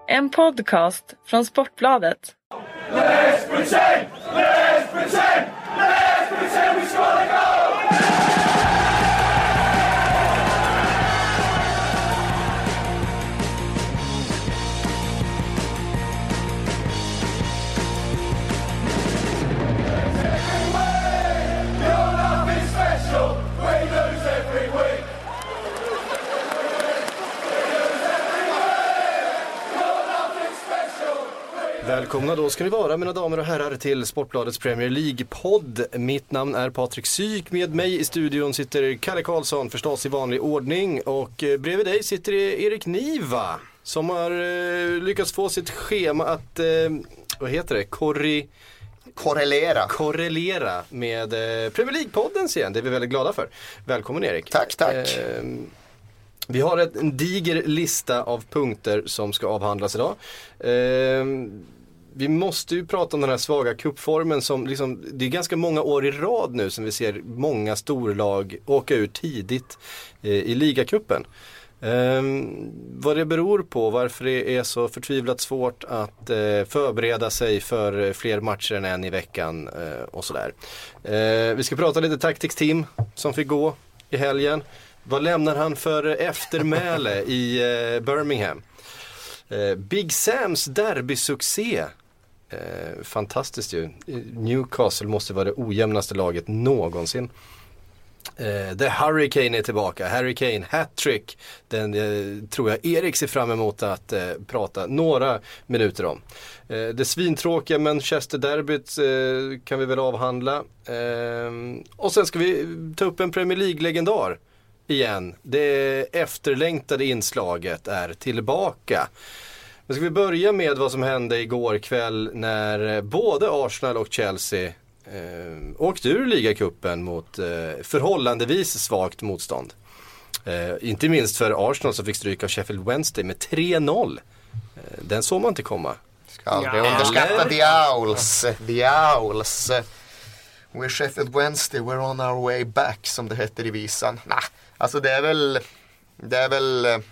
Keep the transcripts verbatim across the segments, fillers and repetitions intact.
En podcast från Sportbladet. Let's pretend! Let's pretend! Let's pretend we score the goal! You're nothing special. We lose every week. Välkomna då ska ni vara, mina damer och herrar, till Sportbladets Premier League-podd. Mitt namn är Patrik Syk. Med mig i studion sitter Kalle Karlsson, förstås i vanlig ordning. Och bredvid dig sitter Erik Niva, som har eh, lyckats få sitt schema att, eh, vad heter det, korri... Korrelera. korrelera med eh, Premier League-poddens igen. Det är vi väldigt glada för. Välkommen, Erik. Tack, tack. Eh, vi har ett, en diger lista av punkter som ska avhandlas idag. Eh, vi måste ju prata om den här svaga kuppformen som liksom, det är ganska många år i rad nu som vi ser många storlag åka ut tidigt eh, i ligacupen. Eh, vad det beror på, varför det är så förtvivlat svårt att eh, förbereda sig för fler matcher än en i veckan eh, och sådär. Eh, vi ska prata lite Tactics Team som fick gå i helgen. Vad lämnar han för eftermäle i eh, Birmingham? Eh, Big Sams derbysuccé. Eh, fantastiskt ju. Newcastle måste vara det ojämnaste laget någonsin. Eh, The Hurricane är tillbaka. Hurricane hattrick. Den eh, tror jag Erik ser fram emot att eh, prata några minuter om. Eh, det svintråkiga Manchester-derbyt eh, kan vi väl avhandla. Eh, och sen ska vi ta upp en Premier League-legendar igen. Det efterlängtade inslaget är tillbaka. Men ska vi börja med vad som hände igår kväll när både Arsenal och Chelsea eh, åkte ur ligacupen mot eh, förhållandevis svagt motstånd. Eh, inte minst för Arsenal som fick stryka av Sheffield Wednesday med tre noll. Eh, den såg man inte komma. Ska aldrig Ja, underskatta eller? the Owls. The Owls. We're Sheffield Wednesday, we're on our way back, som det heter i visan. Nah, alltså det är väl det är väl eh,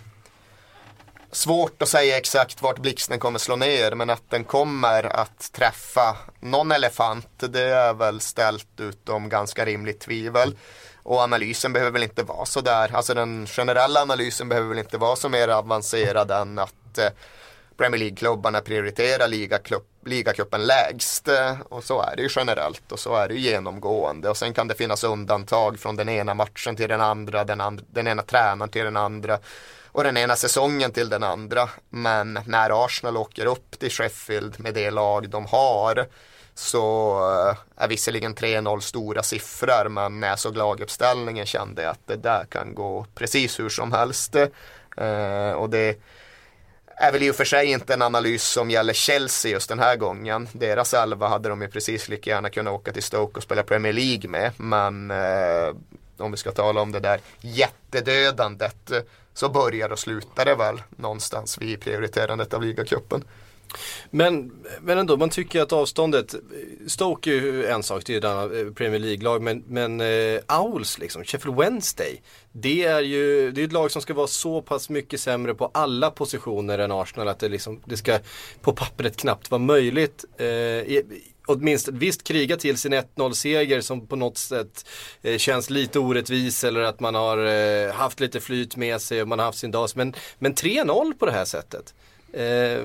svårt att säga exakt vart blixten kommer slå ner, men att den kommer att träffa någon elefant, det är väl ställt utom ganska rimligt tvivel. Och analysen behöver väl inte vara så där. Alltså den generella analysen behöver väl inte vara så mer avancerad än att eh, Premier League-klubbarna prioriterar ligaklubb, ligacupen lägst, och så är det ju generellt och så är det ju genomgående, och sen kan det finnas undantag från den ena matchen till den andra, den, andra, den ena tränaren till den andra och den ena säsongen till den andra. Men när Arsenal åker upp till Sheffield med det lag de har, så är visserligen tre noll stora siffror, men när jag såg laguppställningen kände jag att det där kan gå precis hur som helst. eh, och det är väl i och för sig inte en analys som gäller Chelsea just den här gången. Deras elva hade de ju precis lika gärna kunnat åka till Stoke och spela Premier League med. Men eh, om vi ska tala om det där jättedödandet, så börjar och slutar det väl någonstans vid prioriterandet av ligacupen. Men, men ändå, man tycker att avståndet, Stoke är ju en sak, det är ju denna Premier League-lag, men, men uh, Owls liksom, Sheffield Wednesday, det är ju det är ett lag som ska vara så pass mycket sämre på alla positioner än Arsenal att det, liksom, det ska på pappret knappt vara möjligt. Uh, åtminstone visst kriga till sin ett noll-seger som på något sätt eh, känns lite orättvis, eller att man har eh, haft lite flyt med sig och man har haft sin dag, men, men tre noll på det här sättet. Eh,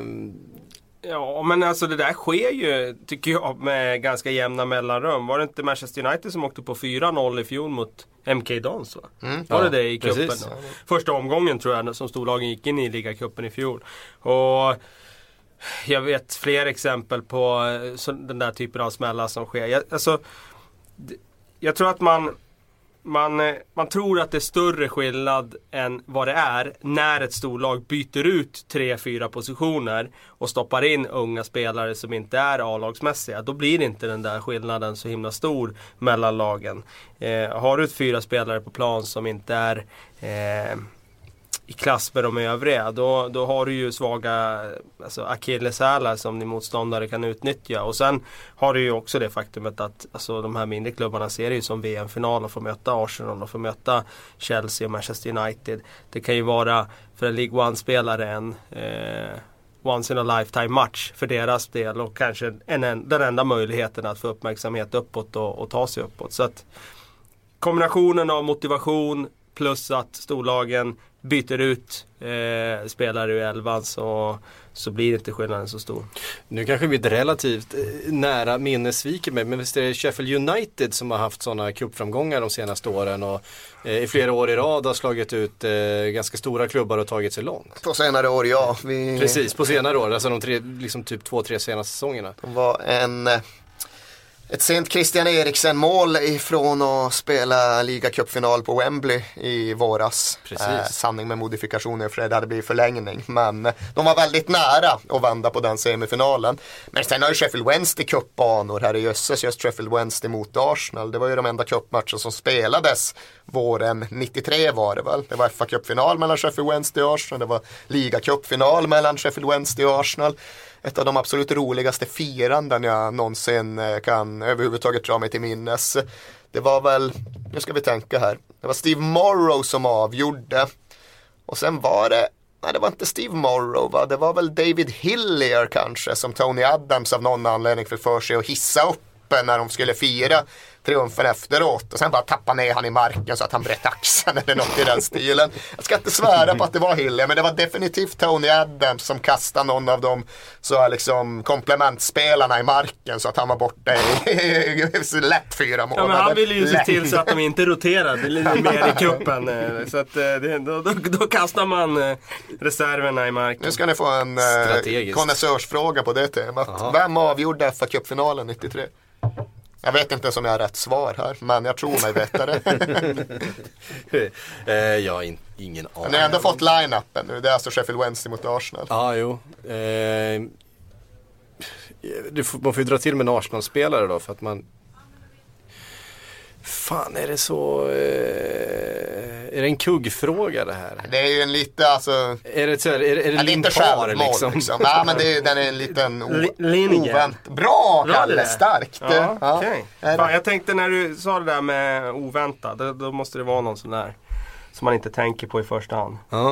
Ja, men alltså det där sker ju, tycker jag, med ganska jämna mellanrum. Var det inte Manchester United som åkte på fyra noll i fjol mot M K Dons, va? Mm. Var det ja, det i cupen? Första omgången tror jag som storlagen gick in i ligacupen i fjol. Och jag vet fler exempel på den där typen av smällar som sker. Jag, alltså, jag tror att man Man, man tror att det är större skillnad än vad det är när ett storlag byter ut tre, fyra positioner och stoppar in unga spelare som inte är A-lagsmässiga. Då blir inte den där skillnaden så himla stor mellan lagen. Eh, har du ett fyra spelare på plan som inte är eh, i klass med de övriga, då, då har du ju svaga alltså akilleshälar som din motståndare kan utnyttja. Och sen har du ju också det faktumet att alltså, de här mindre klubbarna ser det ju som V M-final och får möta Arsenal och får möta Chelsea och Manchester United. Det kan ju vara för en League One-spelare en, eh, once in a lifetime match för deras del och kanske en, en, den enda möjligheten att få uppmärksamhet uppåt och, och ta sig uppåt. Så att kombinationen av motivation plus att storlagen byter ut eh, spelare ur elvan så, så blir inte skillnaden så stor. Nu kanske vi är ett relativt eh, nära minne sviker mig, men visst är det Sheffield United som har haft sådana cupframgångar de senaste åren och eh, i flera år i rad har slagit ut eh, ganska stora klubbar och tagit sig långt. På senare år, ja. Vi... Precis, på senare år, alltså de tre, liksom typ två, tre senaste säsongerna. De var en... Ett sent Christian Eriksen-mål ifrån att spela ligacupfinal på Wembley i våras. Eh, sanning med modifikationer för det hade blivit förlängning. Men de var väldigt nära att vända på den semifinalen. Men sen har ju Sheffield Wednesday cupbanor här i jösses, just Sheffield Wednesday mot Arsenal. Det var ju de enda cupmatcher som spelades våren nittiotre var det väl. Det var F A-cupfinal mellan Sheffield Wednesday och Arsenal. Det var ligacupfinal mellan Sheffield Wednesday och Arsenal. Ett av de absolut roligaste firanden jag någonsin kan överhuvudtaget dra mig till minnes. Det var väl, nu ska vi tänka här. Det var Steve Morrow som avgjorde. Och sen var det, nej det var inte Steve Morrow va? Det var väl David Hillier kanske som Tony Adams av någon anledning fick för sig att hissa upp när de skulle fira triumfen efteråt och sen bara tappa ner han i marken så att han bröt axeln eller något i den stilen. Jag ska inte svära på att det var Hille, men det var definitivt Tony Adams som kastade någon av de så här liksom komplementspelarna i marken så att han var borta i lätt fyra månader. Ja, men han ville ju se till så att de inte roterade lite mer i kuppen. Så att det, då, då, då kastar man reserverna i marken. Nu ska ni få en konnässörsfråga på det temat. Aha. Vem avgjorde F A-cupfinalen nittiotre? Jag vet inte om jag har rätt svar här, men jag tror mig veta det. eh, jag har in, ingen aning. Ni har ändå fått line-upen nu, det är alltså Sheffield Wednesday mot Arsenal. Ja, ah, jo. Eh, får, man får ju dra till med en Arsenal-spelare då, för att man... Fan, är det så... Eh, är det en kuggfråga det här? Det är ju en lite, alltså... Är det, så, är, är det ja, limpar liksom? liksom? Ja, men det är, den är en liten o- ovänt. Bra, Kalle, starkt. Ja, ja. Okay. Fan, jag tänkte när du sa det där med oväntat, då, då måste det vara någon sån där som man inte tänker på i första hand. Ja.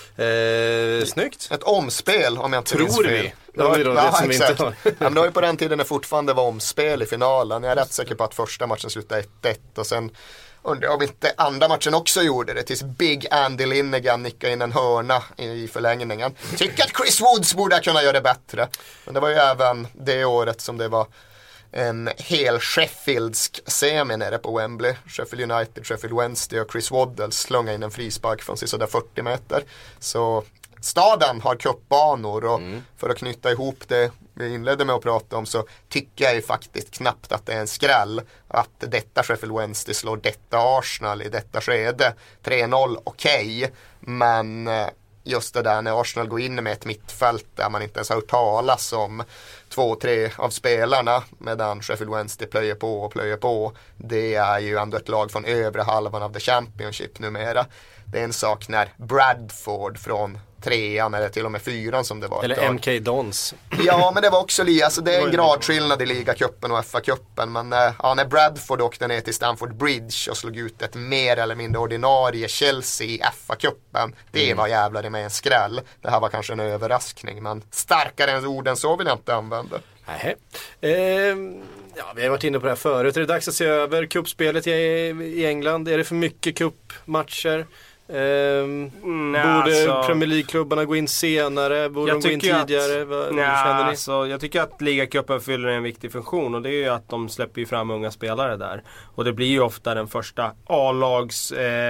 Eh, snyggt. Ett omspel om jag inte tror vi. Det var ju då det som vi inte har. Ja, men det var ju på den tiden det fortfarande var omspel i finalen. Jag är rätt säker på att första matchen slutade ett ett och sen undrar om inte andra matchen också gjorde det tills Big Andy Linegan nickade in en hörna i förlängningen. Tycker att Chris Woods borde kunna göra det bättre. Men det var ju även det året som det var en hel Sheffieldsk semi nere på Wembley. Sheffield United, Sheffield Wednesday och Chris Waddle slungade in en frispark från sådär fyrtio meter. Så staden har cupbanor och mm. för att knyta ihop det vi inledde med att prata om så tycker jag ju faktiskt knappt att det är en skräll att detta Sheffield Wednesday slår detta Arsenal i detta skede. tre noll okej, okay, men just det där när Arsenal går in med ett mittfält där man inte ens har hört talas om två, tre av spelarna medan Sheffield Wednesday plöjer på och plöjer på. Det är ju ändå ett lag från övre halvan av the Championship numera. Det är en sak när Bradford från trean eller till och med fyran som det var. Eller M K Dons. Ja, men det var också li, alltså det är en gradskillnad i ligacupen och F A-cupen. Men ja, när Bradford åkte ner till Stamford Bridge och slog ut ett mer eller mindre ordinarie Chelsea i F A-cupen, det mm. var jävlar med en skräll. Det här var kanske en överraskning, men starkare än orden så vill jag inte använda. Nej. Eh, ja, vi har varit inne på det här förut. Är det dags att se över cupspelet i, i England? Är det för mycket cupmatcher? Um, nej, borde alltså, Premier League-klubbarna gå in senare? Borde de gå in tidigare? Att, Vad, nej, känner ni? Alltså, jag tycker att ligacupen fyller en viktig funktion och det är ju att de släpper ju fram unga spelare där. Och det blir ju ofta den första A-lags eh,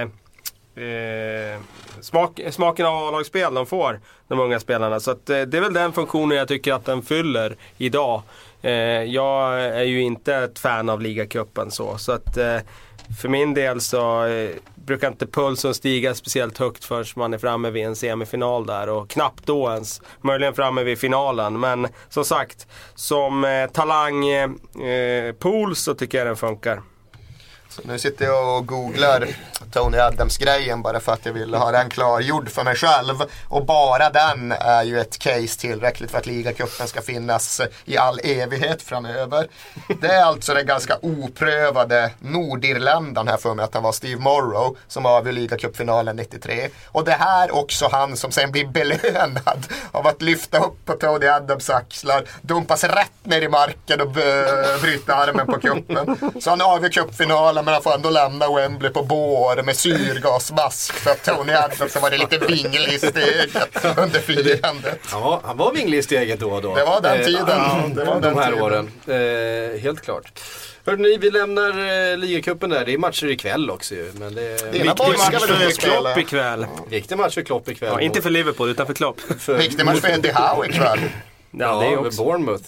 eh, smak, smaken av A-lagsspel de får, de unga spelarna. Så att, eh, det är väl den funktionen jag tycker att den fyller idag. Eh, jag är ju inte ett fan av ligacupen så. Så att eh, för min del så eh, brukar inte pulsen stiga speciellt högt förrän man är framme vid en semifinal där och knappt då ens, möjligen framme vid finalen. Men som sagt, som eh, talangpool eh, så tycker jag den funkar. Så nu sitter jag och googlar Tony Adams-grejen bara för att jag ville ha den klargjord för mig själv. Och bara den är ju ett case tillräckligt för att ligacupen ska finnas i all evighet framöver. Det är alltså den ganska oprövade nordirländaren här för mig att han var Steve Morrow som avgör ligacupfinalen nittiotre. Och det här också han som sen blir belönad av att lyfta upp på Tony Adams axlar, dumpas rätt ner i marken och b- bryta armen på kuppen. Så han avgör cupfinalen men han får ändå lämna Wembley på bår med syrgasmask för att Tony Adams var det lite vinglig i steget under firandet. Ja, han var vinglig i steget då och då. Det var den tiden. Eh, ja, det var de den här tiden. åren. Eh, helt klart. Hörde ni, vi lämnar eh, ligacupen där. Det är matcher ikväll också ju. Men det är Dina boys ska väl för ut och spela. Klopp ikväll. viktig match för Klopp ikväll. Ja, inte för Liverpool utan för Klopp. för, Viktig match för Eddie Howe ikväll. Ja, Ja, det är med också. Bournemouth.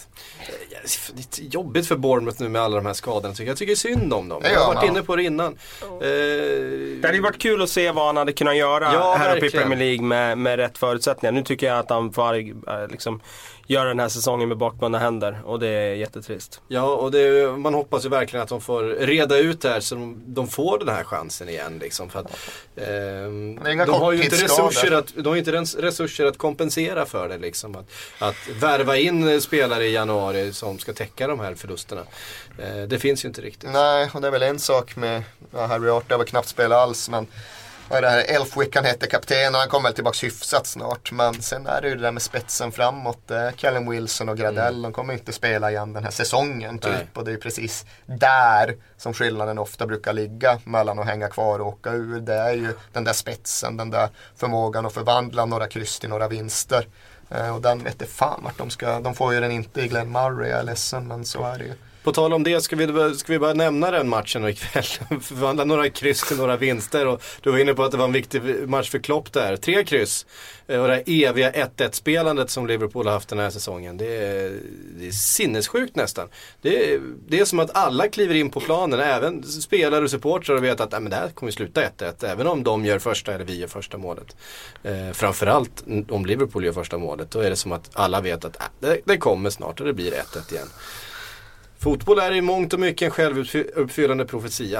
Det är jobbigt för Bournemouth nu med alla de här skadorna. Jag tycker synd om dem. Det Jag gör har varit man. inne på det innan. Eh, Det hade ju varit kul att se vad han hade kunnat göra Ja, här uppe i verkligen. Premier League med, med rätt förutsättningar. Nu tycker jag att han får äh, liksom, göra den här säsongen med bakbundna händer och det är jättetrist. Ja, och det, man hoppas ju verkligen att de får reda ut det här så de, de får den här chansen igen liksom, för att ehm, Det är inga de har ju inte korttidsskador. resurser att, de har inte ens resurser att kompensera för det liksom, att, att värva in spelare i januari som ska täcka de här förlusterna. Eh, det finns ju inte riktigt. Nej, och det är väl en sak med ja, Harry Hart, det var knappt spela alls, men vad är det här, Elfwick han heter kapten och han kommer väl tillbaka hyfsat snart, men sen är det ju det där med spetsen framåt, eh, Callum Wilson och Gradell, mm. de kommer inte spela igen den här säsongen typ. Nej. Och det är ju precis där som skillnaden ofta brukar ligga mellan att hänga kvar och åka ur. Det är ju den där spetsen, den där förmågan att förvandla några kryss till några vinster. Eh, och den vet jag fan vart de ska, de får ju den inte i Glenn Murray, jag är ledsen, men så är det ju. På tal om det ska vi, ska vi bara nämna den matchen ikväll. Förvandla några kryss till några vinster. Och du var inne på att det var en viktig match för Klopp där. Tre kryss. Och det här eviga ett ett-spelandet som Liverpool har haft den här säsongen. Det är, det är sinnessjukt nästan. Det är, det är som att alla kliver in på planen. Även spelare och supportrar och vet att äh, men det här kommer sluta ett ett. Även om de gör första eller vi gör första målet. Eh, framförallt om Liverpool gör första målet. Då är det som att alla vet att äh, det, det kommer snart och det blir ett ett igen. Fotboll är i mångt och mycket en självuppfyllande profetia.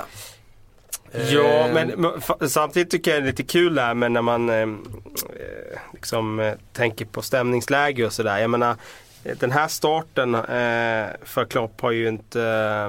Ja, men samtidigt tycker jag det är lite kul där, men när man eh, liksom eh, tänker på stämningsläge och sådär. Jag menar, den här starten eh, för Klopp har ju inte eh,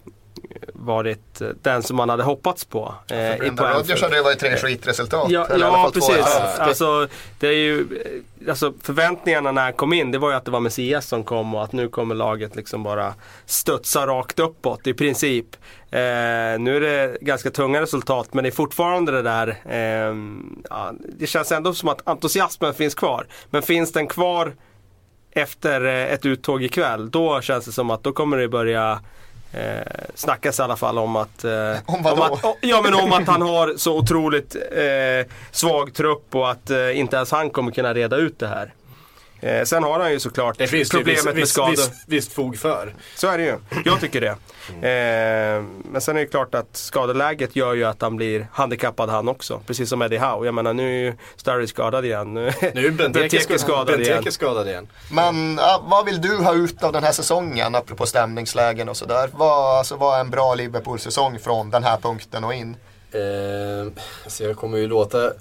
varit den som man hade hoppats på. Eh, ja, för Brendan Rodgers hade det varit tre skitresultat. Ja, eller ja i alla fall precis. två. Alltså, det är ju, alltså, förväntningarna när han kom in, det var ju att det var Messias som kom och att nu kommer laget liksom bara studsa rakt uppåt i princip. Eh, nu är det ganska tunga resultat, men det är fortfarande det där eh, ja, det känns ändå som att entusiasmen finns kvar. Men finns den kvar efter ett uttåg ikväll, då känns det som att då kommer det börja Eh, snackas i alla fall om att, eh, om, om att oh, ja, men om att han har så otroligt eh, svag trupp och att eh, inte ens han kommer kunna reda ut det här. Eh, sen har han ju såklart det finns problemet det, visst, med skador. Visst, visst fog för. Så är det ju. Jag tycker det. Eh, men sen är det klart att skadeläget gör ju att han blir handikappad han också. Precis som Eddie Howe. Jag menar, nu är ju Starry skadad igen. Nu är Benteke skadad, Benteke skadad igen. Men ja, vad vill du ha ut av den här säsongen apropå stämningslägen och sådär? Vad, alltså, vad är en bra Liverpool-säsong från den här punkten och in? Eh, så jag kommer ju låta eh,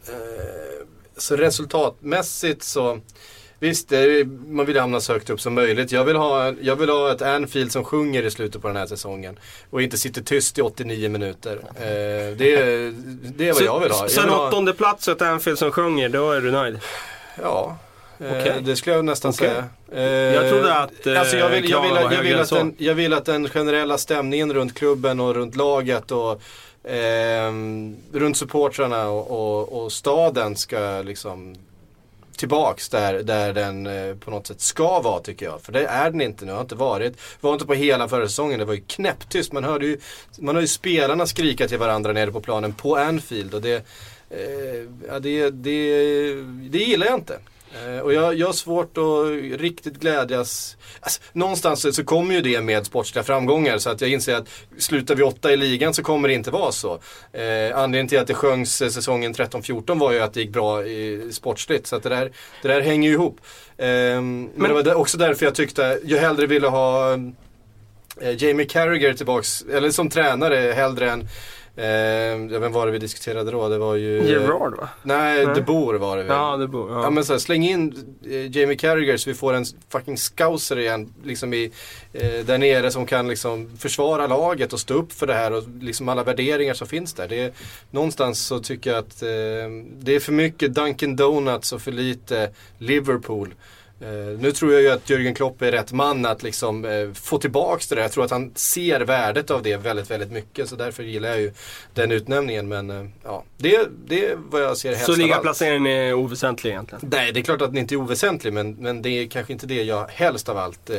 så resultatmässigt så visst, det är, man vill hamna så högt upp som möjligt. Jag vill, ha, jag vill ha ett Anfield som sjunger i slutet på den här säsongen. Och inte sitter tyst i åttionio minuter. Eh, det, är, det är vad så, jag vill ha. Sen ha... åttonde plats och ett Anfield som sjunger, då är du nöjd? Ja, eh, okay. det skulle jag nästan okay. säga. Eh, jag trodde att eh, alltså jag, vill, jag, vill, jag, jag, vill att den, så. jag vill att den generella stämningen runt klubben och runt laget och eh, runt supportrarna och, och, och staden ska liksom tillbaks där, där den eh, på något sätt ska vara, tycker jag. För det är den inte nu, har inte varit. Var inte på hela förra säsongen, det var ju knäpptyst. Man hörde ju, man hör ju spelarna skrika till varandra nere på planen på Anfield och det, eh, ja, det, det, det gillar jag inte. Eh, och jag, jag har svårt att riktigt glädjas. Alltså, någonstans så, så kommer ju det med sportsliga framgångar, så att jag inser att slutar vi åtta i ligan så kommer det inte vara så. Eh, anledningen till att det sjöngs säsongen tretton fjorton var ju att det gick bra i sportsligt, så att det där, det där hänger ju ihop. Eh, men, men det var också därför jag tyckte jag hellre ville ha eh, Jamie Carragher tillbaks, eller som tränare hellre än Eh, vem var det vi diskuterade då? Det var ju... Gerard va? Nej, Nej. De Boer var det väl. Ja, De Boer. Ja. Ja, men så här, släng in eh, Jamie Carragher så vi får en fucking scouser igen liksom i, eh, där nere som kan liksom försvara laget och stå upp för det här och liksom alla värderingar som finns där. Det är, någonstans så tycker jag att eh, det är för mycket Dunkin' Donuts och för lite Liverpool. Uh, nu tror jag ju att Jürgen Klopp är rätt man att liksom uh, få tillbaks det där. Jag tror att han ser värdet av det väldigt, väldigt mycket. Så därför gillar jag ju den utnämningen. Men uh, ja, det, det är vad jag ser helst Så av allt. ligaplaceringen är oväsentlig egentligen? Nej, det är klart att den inte är oväsentlig. Men, men det är kanske inte det jag helst av allt uh,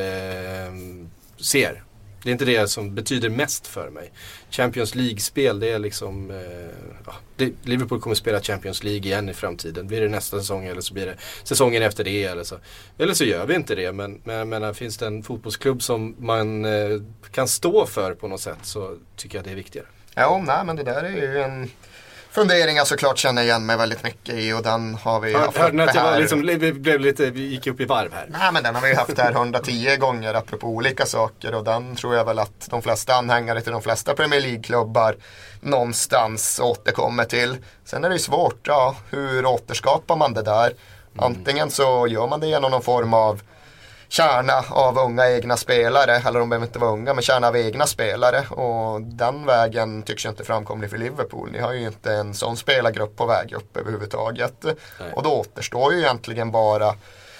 ser. Det är inte det som betyder mest för mig. Champions League-spel, det är liksom... Eh, ja, det, Liverpool kommer spela Champions League igen i framtiden. Blir det nästa säsong eller så blir det säsongen efter det. Eller så, eller så gör vi inte det. Men, men, men finns det en fotbollsklubb som man eh, kan stå för på något sätt så tycker jag det är viktigare. Ja, nej, men det där är ju en... fundering jag såklart känner igen mig väldigt mycket i och den har vi Hör, haft hörde att jag här. var liksom, blev lite, vi gick upp i varv här. Nej, men den har vi haft här hundratio gånger apropå olika saker och den tror jag väl att de flesta anhängare till de flesta Premier League-klubbar någonstans återkommer till. Sen är det ju svårt, ja, hur återskapar man det där? Antingen så gör man det genom någon form av kärna av unga egna spelare, eller de behöver inte vara unga, men kärna av egna spelare, och den vägen tycks jag inte framkomlig för Liverpool. Ni har ju inte en sån spelargrupp på väg upp överhuvudtaget. Nej. Och då återstår ju egentligen bara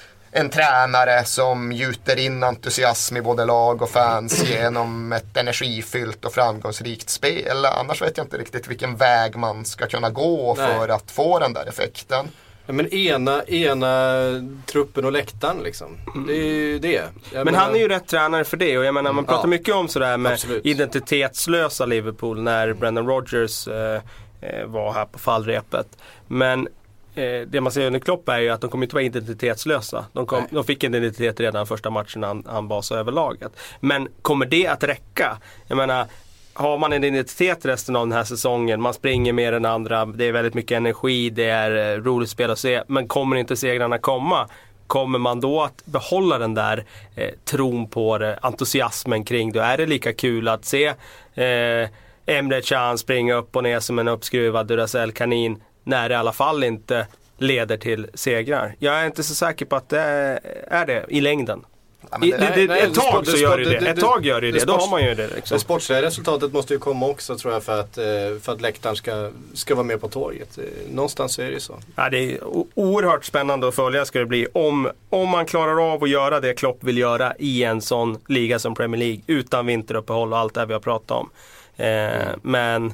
en tränare som gjuter in entusiasm i både lag och fans genom ett energifyllt och framgångsrikt spel. Annars vet jag inte riktigt vilken väg man ska kunna gå för Nej. Att få den där effekten. Ja, men ena, ena truppen och läktaren liksom. Det är ju det. Jag men menar... han är ju rätt tränare för det. Och jag menar, man pratar ja. mycket om sådär med Absolut. identitetslösa Liverpool när Brendan Rodgers eh, var här på fallrepet. Men eh, det man säger under Klopp är ju att de kommer inte vara identitetslösa. De, kom, de fick en identitet redan första matchen han, han basade över laget. Men kommer det att räcka? Jag menar... Har man en identitet resten av den här säsongen, man springer mer än andra, det är väldigt mycket energi, det är eh, roligt spel att se, men kommer inte segrarna komma? Kommer man då att behålla den där eh, tron på det, entusiasmen kring det? Är det lika kul att se eh, Emre Can springa upp och ner som en uppskruvad Duracell-kanin när det i alla fall inte leder till segrar? Jag är inte så säker på att det är det i längden. Ja, det, det, det, nej, ett tag så gör det det. Ett tag gör det det. Då har man ju det. Liksom. Det sportsliga resultatet måste ju komma också, tror jag, för att, för att läktaren ska, ska vara med på tåget. Någonstans så är det ju så. Ja, det är oerhört spännande att följa ska det bli. Om, om man klarar av att göra det Klopp vill göra i en sån liga som Premier League utan vinteruppehåll och allt det vi har pratat om. Eh, mm. Men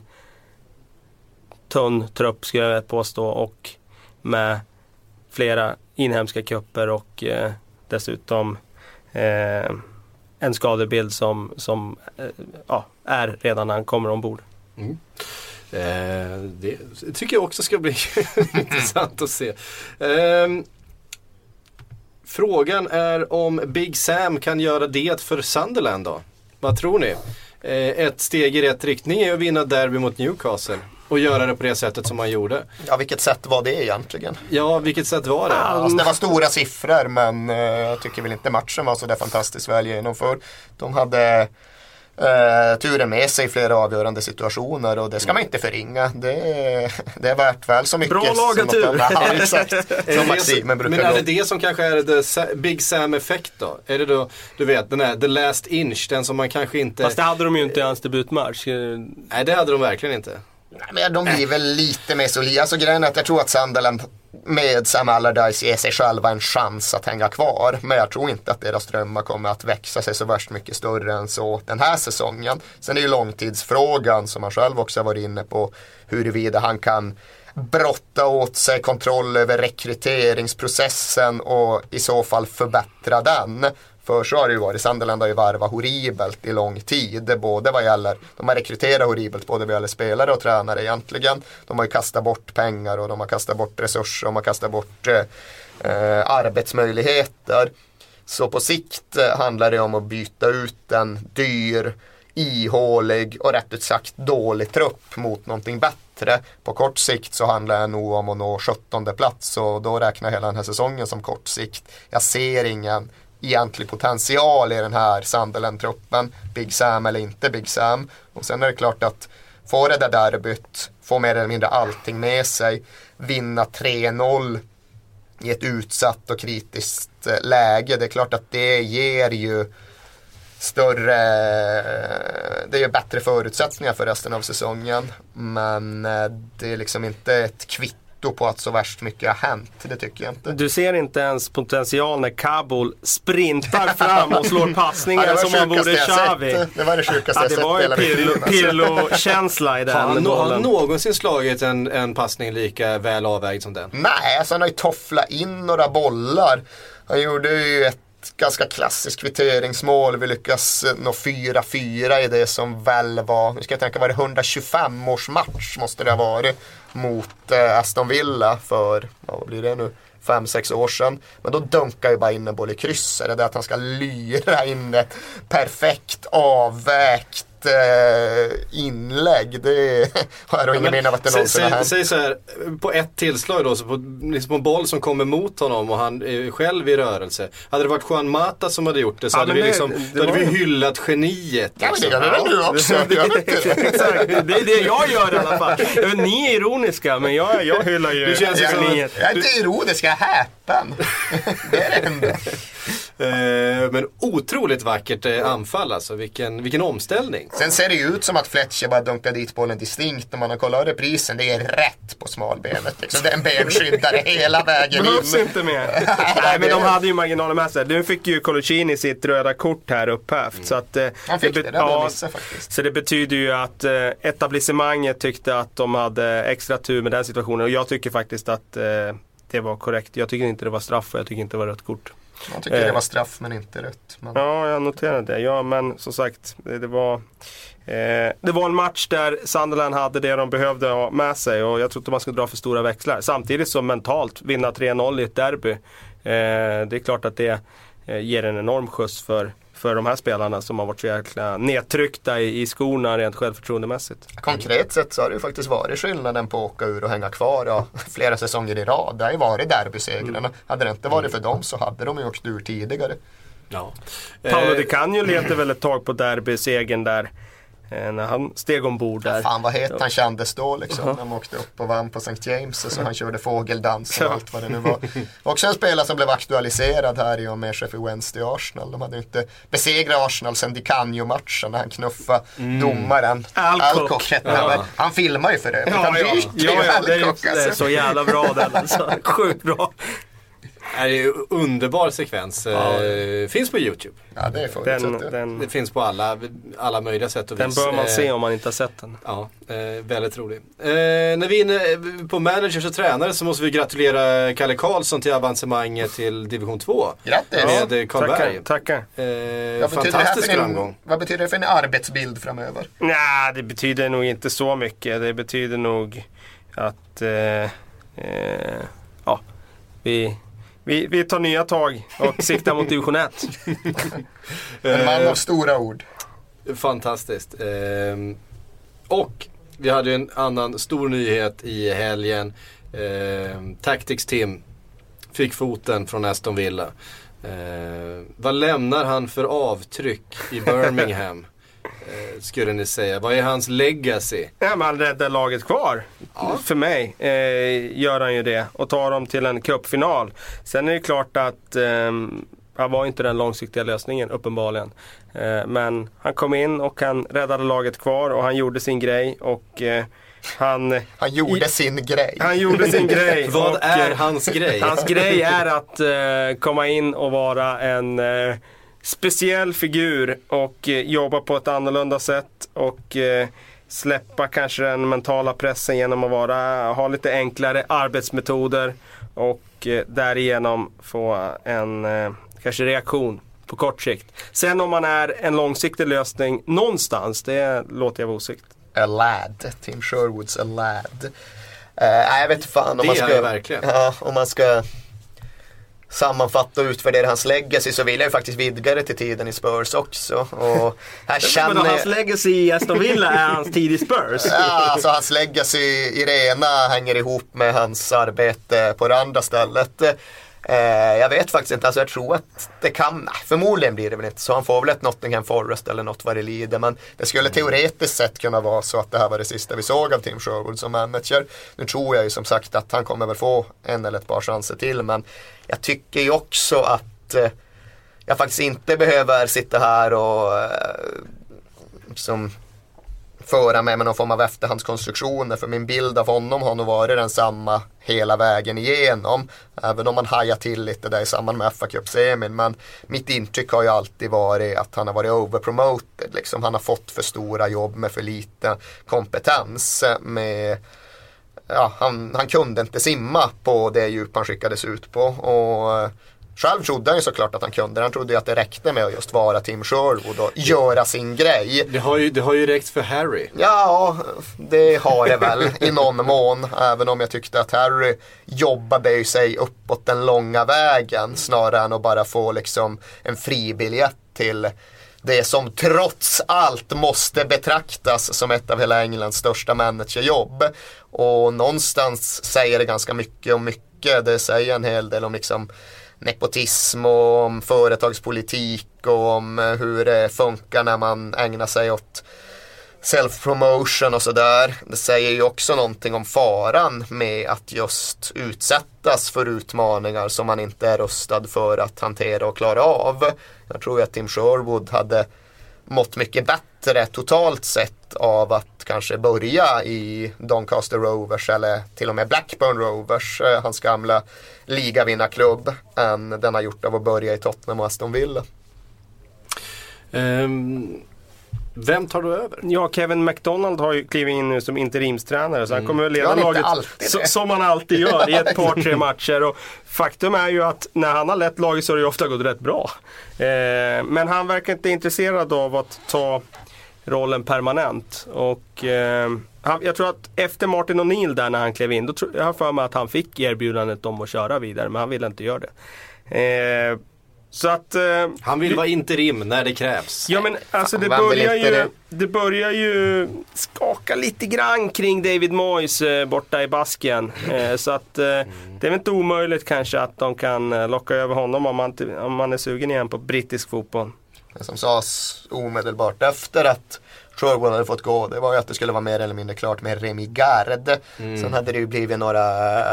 tunn trupp skulle jag påstå, och med flera inhemska kupper och eh, dessutom Eh, en skadebild som, som eh, ja, är redan när han kommer ombord. Mm. Eh, det tycker jag också ska bli intressant att se. Eh, frågan är om Big Sam kan göra det för Sunderland då? Vad tror ni? Eh, ett steg i rätt riktning är att vinna derby mot Newcastle. Och göra det på det sättet som man gjorde. Ja, vilket sätt var det egentligen? Ja, vilket sätt var det? Alltså, det var stora siffror, men eh, jag tycker väl inte matchen var så där fantastiskt väl genomförd. De hade eh, turen med sig i flera avgörande situationer, och det ska man inte förringa. Det, det är värt väl så mycket. Bra lagatur! Ja, exakt. Som Maximen brukar Men är det det som kanske är the Big Sam-effekt då? Är det då, du vet, den här the last inch, den som man kanske inte... Fast det hade de ju inte i hans debutmatch. Nej, det hade de verkligen inte. Nej, men de blir väl lite mer solida. Alltså grejen är att jag tror att Sunderland med Sam Allardyce ger sig själva en chans att hänga kvar. Men jag tror inte att deras drömmar kommer att växa sig så värst mycket större än så den här säsongen. Sen är ju långtidsfrågan, som han själv också har varit inne på, huruvida han kan brotta åt sig kontroll över rekryteringsprocessen och i så fall förbättra den. För så har det ju varit. Sunderland har ju varvat horribelt i lång tid. Både vad gäller, de har rekryterat horribelt både vad gäller spelare och tränare egentligen. De har ju kastat bort pengar och de har kastat bort resurser och de har kastat bort eh, arbetsmöjligheter. Så på sikt eh, handlar det om att byta ut en dyr, ihålig och rätt ut sagt dålig trupp mot någonting bättre. På kort sikt så handlar det nog om att nå sjuttonde plats, och då räknar hela den här säsongen som kort sikt. Jag ser ingen egentlig potential i den här Sunderland-truppen. Big Sam eller inte Big Sam. Och sen är det klart att få det där derbyt, få mer eller mindre allting med sig, vinna tre noll i ett utsatt och kritiskt läge. Det är klart att det ger ju större, det ger bättre förutsättningar för resten av säsongen. Men det är liksom inte ett kvitto på att så värst mycket har hänt. Det tycker jag inte. Du ser inte ens potential när Kabul sprintar fram och slår passningar ja, som man borde Xavi. Det var det sjukaste jag sett. Ja, det var ju Pirlo-känsla i den han, bollen. Har han någonsin slagit en, en passning lika väl avvägd som den? Nej, alltså han har ju tofflat in några bollar. Han gjorde ju ett ganska klassiskt kvitteringsmål. Vi lyckas nå fyra fyra i det som väl var, nu ska jag tänka, var det hundratjugofem års match måste det ha varit mot eh, Aston Villa för, vad blir det nu, fem sex år sedan. Men då dunkar ju bara in en boll i krysset. Det är att han ska lyra in ett perfekt avvägt inlägg. Det har jag ingen minne av att det någonsin har hänt. Säg så här, på ett tillslag då, så på, liksom på en boll som kommer mot honom och han är själv i rörelse. Hade det varit Juan Mata som hade gjort det så ja, hade, vi, liksom, det, det då hade vi hyllat geniet. Ja, liksom. Men det gör det du också. Exakt, det är det jag gör i alla fall. Ni är ironiska, men jag, jag hyllar ju du känns geniet. Jag är inte ironisk, jag är häpen. Det är det enda. Eh, men otroligt vackert eh, anfall alltså, vilken, vilken omställning. Sen ser det ju ut som att Fletcher bara dunkar dit bollen distinkt. När man har kollat reprisen, det är rätt på smalbenet liksom. Det är en benskyddare hela vägen in. Behövs inte mer. Nej, men de hade ju marginaler med sig. Nu fick ju Coloccini sitt röda kort här upphävt mm. så att, eh, han fick det, det, det ja, missa, faktiskt. Så det betyder ju att eh, etablissemanget tyckte att de hade extra tur med den situationen. Och jag tycker faktiskt att eh, det var korrekt. Jag tycker inte det var straff och jag tycker inte det var rött kort. Jag tycker eh. det var straff men inte rött. Men... Ja, jag noterade det. Ja, men som sagt, det, det var eh, det var en match där Sunderland hade det de behövde ha med sig och jag tror inte man ska dra för stora växlar. Samtidigt som mentalt vinna tre noll i ett derby. Eh, det är klart att det eh, ger en enorm skjuts för för de här spelarna som har varit så jäkla nedtryckta i, i skorna rent självförtroendemässigt. Konkret sett så har det ju faktiskt varit skillnaden på att åka ur och hänga kvar ja, flera säsonger i rad. Det har ju varit derbysegrarna. Mm. Hade det inte varit för dem så hade de ju åkt ur tidigare. Ja. Paolo Di Canio letade väl ett tag på derbysegern där. När han steg ombord där. Ja, fan vad het han kändes då liksom. Uh-huh. När han åkte upp och vann på Sankt James. Så han körde fågeldans och allt vad det nu var. Också en spelare som blev aktualiserad här i och med Sheffield Wednesday och Arsenal. De hade inte besegrat Arsenal sen Di Canio-matchen när han knuffade mm. domaren Alcock. Ja. Han filmar ju för det. Ja, ja. Ja, ja, det, är, det är så jävla bra den alltså. Sjukt bra. Det är ju underbar sekvens. Ja. Eh, finns på YouTube. Ja, det, är den, den, det finns på alla, alla möjliga sätt och den vis. Den bör man se om man inte har sett den. Ja, eh, väldigt rolig. Eh, när vi är inne på managers och tränare så måste vi gratulera Kalle Karlsson till avancemanget till division två. Grattis! Med Karlberg. Tackar. Eh, fantastisk framgång. Vad betyder det för en arbetsbild framöver? Nej, det betyder nog inte så mycket. Det betyder nog att eh, eh, ja, vi... Vi, vi tar nya tag och siktar mot division ett. En man av stora ord. Fantastiskt. Ehm, och vi hade ju en annan stor nyhet i helgen. Ehm, Tactics Tim fick foten från Aston Villa. Ehm, vad lämnar han för avtryck i Birmingham? Eh, skulle ni säga. Vad är hans legacy? Ja, man räddar laget kvar. Ja. För mig eh, gör han ju det. Och tar dem till en cupfinal. Sen är det klart att eh, han var inte den långsiktiga lösningen uppenbarligen. Eh, men han kom in och han räddade laget kvar. Och han gjorde sin grej. Och eh, han... Han gjorde i, sin grej. Han gjorde sin grej. Vad och, är eh, hans grej? Hans grej är att eh, komma in och vara en... Eh, speciell figur och eh, jobba på ett annorlunda sätt och eh, släppa kanske den mentala pressen genom att vara, ha lite enklare arbetsmetoder och eh, därigenom få en eh, kanske reaktion på kort sikt. Sen om man är en långsiktig lösning någonstans, det låter jag vara osikt. A lad, Tim Sherwoods a lad. Uh, jag vet inte fan om det man ska, är verkligen. Ja, om man ska sammanfatta och utvärdera hans legacy så vill jag ju faktiskt vidga det till tiden i Spurs också. Och här känner men hans legacy i Aston Villa är hans tid i Spurs. Ja, alltså hans legacy i det ena hänger ihop med hans arbete på det andra stället. Eh, jag vet faktiskt inte, alltså jag tror att det kan, nej, förmodligen blir det väl inte så. Han får väl ett Nottingham Forest eller något vad det lider, men det skulle teoretiskt sett kunna vara så att det här var det sista vi såg av Tim Sherwood som manager. Nu tror jag ju som sagt att han kommer väl få en eller ett par chanser till, men jag tycker ju också att eh, jag faktiskt inte behöver sitta här och eh, liksom föra med mig någon form av efterhandskonstruktioner, för min bild av honom har nog varit densamma hela vägen igenom, även om man hajar till lite där i samband med F A Cup-semin, men mitt intryck har ju alltid varit att han har varit overpromoted, liksom. Han har fått för stora jobb med för lite kompetens, med ja, han, han kunde inte simma på det djup han skickades ut på, och själv trodde han ju såklart att han kunde. Han trodde ju att det räckte med att just vara Tim Sherwood och göra sin grej. Det har ju, det har ju räckt för Harry. Ja, det har det väl i någon mån. Även om jag tyckte att Harry jobbade ju sig uppåt den långa vägen snarare än att bara få liksom en fribiljett till det som trots allt måste betraktas som ett av hela Englands största managerjobb. Och någonstans säger det ganska mycket om mycket. Det säger en hel del om liksom nepotism och om företagspolitik och om hur det funkar när man ägnar sig åt self-promotion och sådär. Det säger ju också någonting om faran med att just utsättas för utmaningar som man inte är rustad för att hantera och klara av. Jag tror att Tim Sherwood hade mått mycket bättre totalt sett av att kanske börja i Doncaster Rovers eller till och med Blackburn Rovers, hans gamla ligavinnarklubb, än den har gjort av att börja i Tottenham och Aston Villa. Um, vem tar du över? Ja, Kevin McDonald har ju klivit in nu som interimstränare, så han kommer väl leda Ja, laget så, som han alltid gör i ett par, tre matcher. Och faktum är ju att när han har lett laget så har det ju ofta gått rätt bra. Eh, men han verkar inte intresserad av att ta rollen permanent. Och eh, han, jag tror att efter Martin O'Neill där när han klev in, då tror jag för mig att han fick erbjudandet om att köra vidare, men han ville inte göra det. Eh, Så att, eh, han vill vi, vara interim när det krävs. Ja, men alltså det börjar, ju, det? det börjar ju skaka lite grann kring David Moyes eh, borta i Basken. Eh, så att eh, mm. det är väl inte omöjligt kanske att de kan eh, locka över honom om man, om man är sugen igen på brittisk fotboll. Det som sades omedelbart efter att Sherwood hade fått gå, det var ju att det skulle vara mer eller mindre klart med Remy Gard. Mm. Sen hade det ju blivit några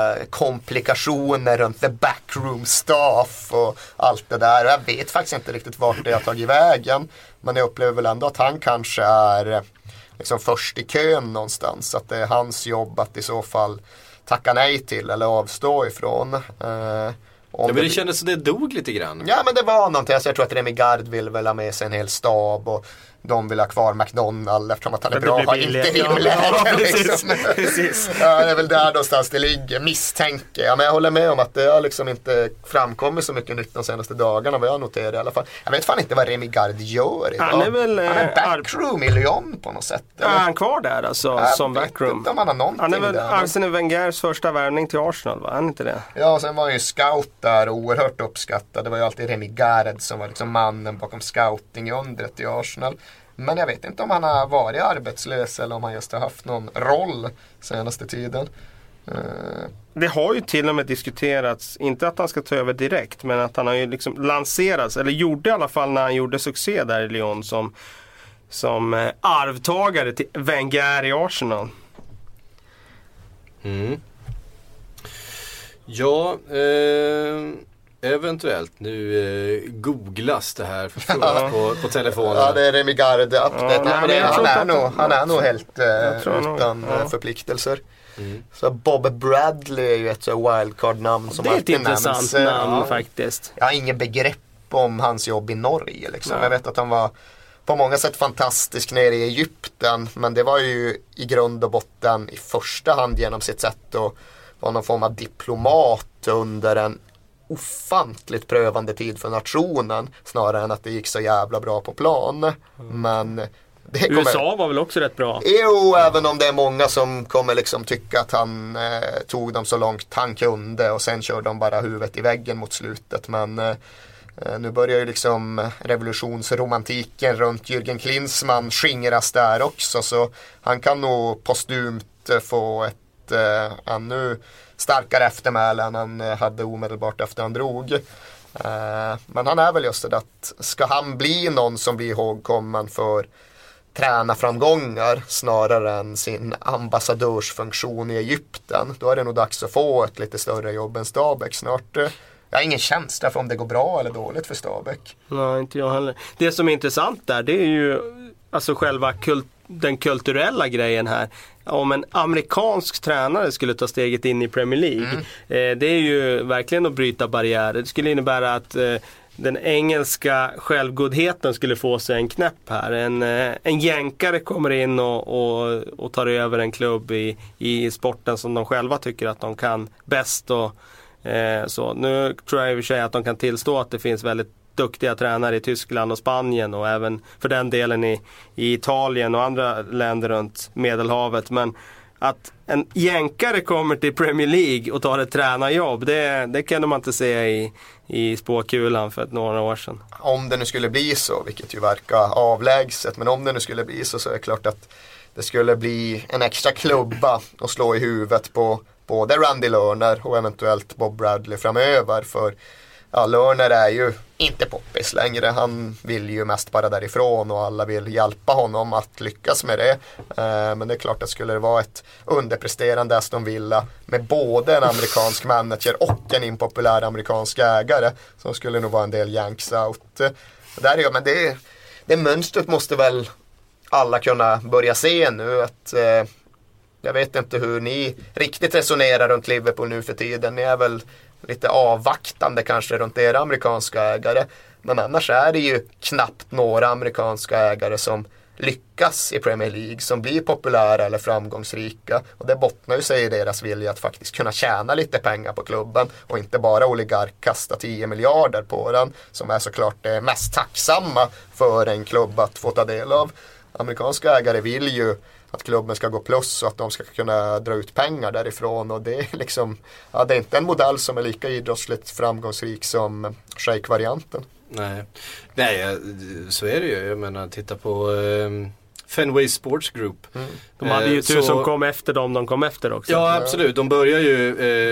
komplikationer runt the backroom staff och allt det där. Och jag vet faktiskt inte riktigt vart det har tagit vägen, men jag upplever väl ändå att han kanske är liksom först i kön någonstans. Att det är hans jobb att i så fall tacka nej till eller avstå ifrån. Eh, Ja, men det kändes som det dog lite grann. Ja, men det var någonting. Alltså, jag tror att Remy Gard vill väl ha med sig en hel stab och de vill ha kvar McDonald eftersom att han är det bra och har inte rimligare. Precis. Precis. Ja, det är väl där någonstans det ligger, misstänker jag. Men jag håller med om att det har liksom inte framkommit så mycket nytt de senaste dagarna, vad jag noterar i alla fall. Jag vet fan inte vad Remy Gard gör idag. Han är väl han är backroom i Lyon på något sätt. Eller? Ja, han kvar där alltså, jag som backroom. Han, har han är väl Arsene Wengers första värvning till Arsenal, va? Han inte det? Ja, och sen var han ju scout där och oerhört uppskattad. Det var ju alltid Remy Gard som var liksom mannen bakom scouting-undret i Arsenal. Men jag vet inte om han har varit arbetslös eller om han just har haft någon roll senaste tiden. Uh. Det har ju till och med diskuterats, inte att han ska ta över direkt, men att han har ju liksom lanserats, eller gjorde i alla fall när han gjorde succé där i Lyon som, som eh, arvtagare till Wenger i Arsenal. Mm. Ja, eh... eventuellt. Nu eh, googlas det här för på, på telefonen. Ja, det är Remy Gard update. Ja, nej, nej, han, är nog, han är nog helt eh, utan nog, ja. förpliktelser. Mm. Så Bob Bradley är ju ett så wildcard-namn som det är ett alltid intressant nämns. namn ja. faktiskt. Jag har ingen begrepp om hans jobb i Norge. Liksom. Jag vet att han var på många sätt fantastisk nere i Egypten, men det var ju i grund och botten i första hand genom sitt sätt att vara någon form av diplomat under en ofantligt prövande tid för nationen, snarare än att det gick så jävla bra på plan. Men det kommer... U S A var väl också rätt bra? Jo, även om det är många som kommer liksom tycka att han eh, tog dem så långt han kunde och sen körde de bara huvudet i väggen mot slutet. Men eh, nu börjar ju liksom revolutionsromantiken runt Jürgen Klinsmann skingras där också, så han kan nog postumt få ett ett eh, ännu starkare eftermäle än han eh, hade omedelbart efter han drog. Eh, men han är väl just det att ska han bli någon som blir ihågkommen för tränarframgångar snarare än sin ambassadörsfunktion i Egypten, då är det nog dags att få ett lite större jobb än Stabæk snart. Jag har ingen känsla för om det går bra eller dåligt för Stabæk. Nej, inte jag heller. Det som är intressant där, det är ju alltså själva kult, den kulturella grejen här. Om en amerikansk tränare skulle ta steget in i Premier League, mm. eh, det är ju verkligen att bryta barriärer. Det skulle innebära att eh, den engelska självgodheten skulle få sig en knäpp här. En, en jänkare kommer in och, och, och tar över en klubb i, i sporten som de själva tycker att de kan bäst. Och, eh, så. Nu tror jag i och för sig att de kan tillstå att det finns väldigt duktiga tränare i Tyskland och Spanien och även för den delen i, i Italien och andra länder runt Medelhavet. Men att en jänkare kommer till Premier League och tar ett tränarjobb, det, det kunde man inte se i, i spåkulan för ett några år sedan. Om det nu skulle bli så, vilket ju verkar avlägset, men om det nu skulle bli så så är det klart att det skulle bli en extra klubba och slå i huvudet på både Randy Lerner och eventuellt Bob Bradley framöver. För ja, Lerner är ju inte poppis längre. Han vill ju mest bara därifrån och alla vill hjälpa honom att lyckas med det. Eh, men det är klart att skulle det vara ett underpresterande Aston Villa med både en amerikansk manager och en impopulär amerikansk ägare, så skulle det nog vara en del yanks out. Där är, men det, det mönstret måste väl alla kunna börja se nu. Att, eh, jag vet inte hur ni riktigt resonerar runt Liverpool nu för tiden. Ni är väl lite avvaktande kanske runt era amerikanska ägare. Men annars är det ju knappt några amerikanska ägare som lyckas i Premier League, som blir populära eller framgångsrika. Och det bottnar ju sig i deras vilja att faktiskt kunna tjäna lite pengar på klubben och inte bara oligark kasta tio miljarder på den, som är såklart det mest tacksamma för en klubb att få ta del av. Amerikanska ägare vill ju att klubben ska gå plus och att de ska kunna dra ut pengar därifrån, och det är liksom, ja, det är inte en modell som är lika idrottsligt framgångsrik som Shake-varianten. Nej. Nej, så är det ju. Jag menar, titta på eh, Fenway Sports Group. Mm. De hade ju tur så... som kom efter dem, de kom efter också. Ja, absolut. De börjar ju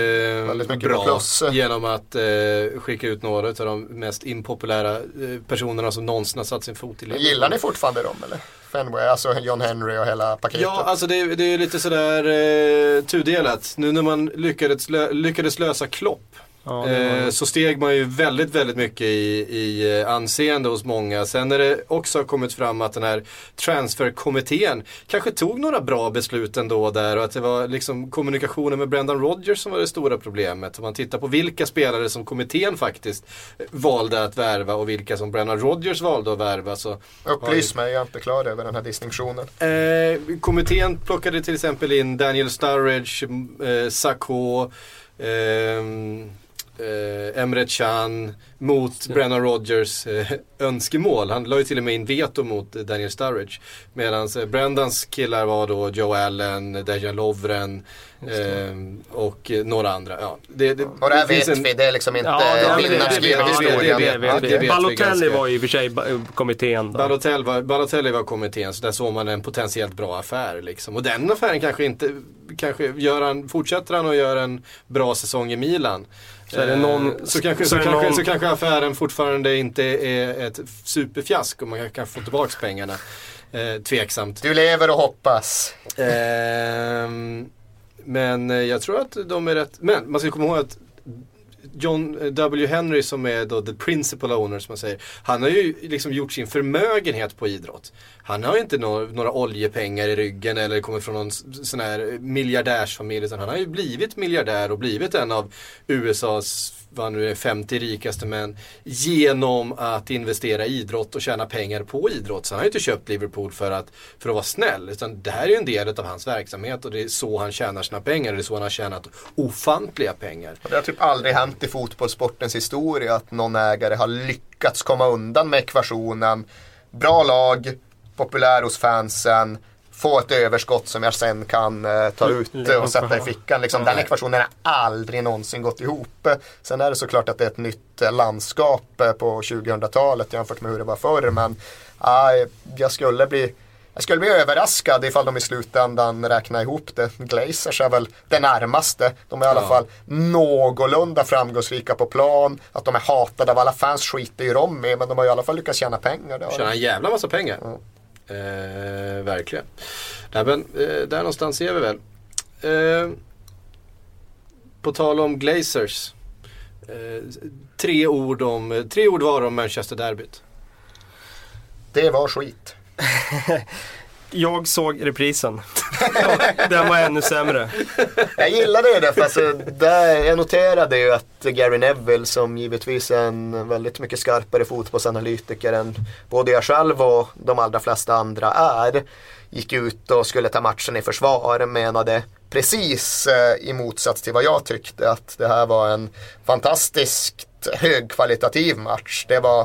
eh, bra genom att eh, skicka ut några av de mest impopulära eh, personerna som någonsin har satt sin fot i livet. Gillar ni fortfarande dem, eller? Fenway, alltså John Henry och hela paketet. Ja, alltså det, det är lite sådär eh, tudelat. Nu när man lyckades, lö, lyckades lösa Klopp, ja, eh, så steg man ju väldigt, väldigt mycket i, i anseende hos många. Sen när det också har kommit fram att den här transferkommittén kanske tog några bra beslut ändå där, och att det var liksom kommunikationen med Brendan Rodgers som var det stora problemet. Om man tittar på vilka spelare som kommittén faktiskt valde att värva och vilka som Brendan Rodgers valde att värva, så upplys mig, jag är inte klar över den här distinktionen. Eh, kommittén plockade till exempel in Daniel Sturridge, eh, Sakho, eh, Eh, Emre Can mot Brendan Rodgers eh, önskemål. Han la ju till och med in veto mot eh, Daniel Sturridge. Medan eh, Brendans killar var då Joe Allen, Dejan Lovren eh, och eh, några andra. Ja, det, det, och det här vet en... vi, det är liksom inte ja, vinnarskriven. Balotelli var ju i och för sig kommittén. Balotelli var, Balotelli var kommittén, så där såg man en potentiellt bra affär liksom. Och den affären kanske inte, kanske gör han, fortsätter han att göra en bra säsong i Milan. Så, är det någon, så, kanske, så, så, kanske, någon... så kanske affären fortfarande inte är ett superfjask och man kan, kan få tillbaka pengarna. Eh, tveksamt. Du lever och hoppas. Eh, men jag tror att de är rätt. Men man ska komma ihåg att John W. Henry, som är då the principal owner som man säger, han har ju liksom gjort sin förmögenhet på idrott. Han har ju inte några, några oljepengar i ryggen eller kommer från någon sån här miljardärsfamilj, utan han har ju blivit miljardär och blivit en av U S A:s vad nu är femtio rikaste män genom att investera i idrott och tjäna pengar på idrott. Så han har ju inte köpt Liverpool för att, för att vara snäll, utan det här är ju en del av hans verksamhet och det är så han tjänar sina pengar, och det är så han har tjänat ofantliga pengar. Det har typ aldrig hänt i fotbollssportens historia att någon ägare har lyckats komma undan med ekvationen bra lag, populär hos fansen, få ett överskott som jag sen kan eh, ta ut och sätta i fickan. Liksom, den ekvationen har aldrig någonsin gått ihop. Sen är det såklart att det är ett nytt eh, landskap eh, på tjugohundratalet jämfört med hur det var förr. Men eh, jag skulle bli Jag skulle bli överraskad ifall de i slutändan räknar ihop det. Glazers är väl det närmaste. De är i alla ja. fall någorlunda framgångsrika på plan. Att de är hatade av alla fans skiter ju de med. Men de har i alla fall lyckats tjäna pengar. Tjäna en jävla massa pengar. Ja. Eh, verkligen. Nej, men, eh, där någonstans ser vi väl. Eh, på tal om Glazers. Eh, tre, ord om, tre ord var om Manchester-derbyt. Det var skit. Jag såg reprisen. Den var ännu sämre. Jag gillade det, för alltså, där jag noterade ju att Gary Neville, som givetvis är en väldigt mycket skarpare fotbollsanalytiker än både jag själv och de allra flesta andra är, gick ut och skulle ta matchen i försvar, menade precis eh, i motsats till vad jag tyckte, att det här var en fantastiskt högkvalitativ match. Det var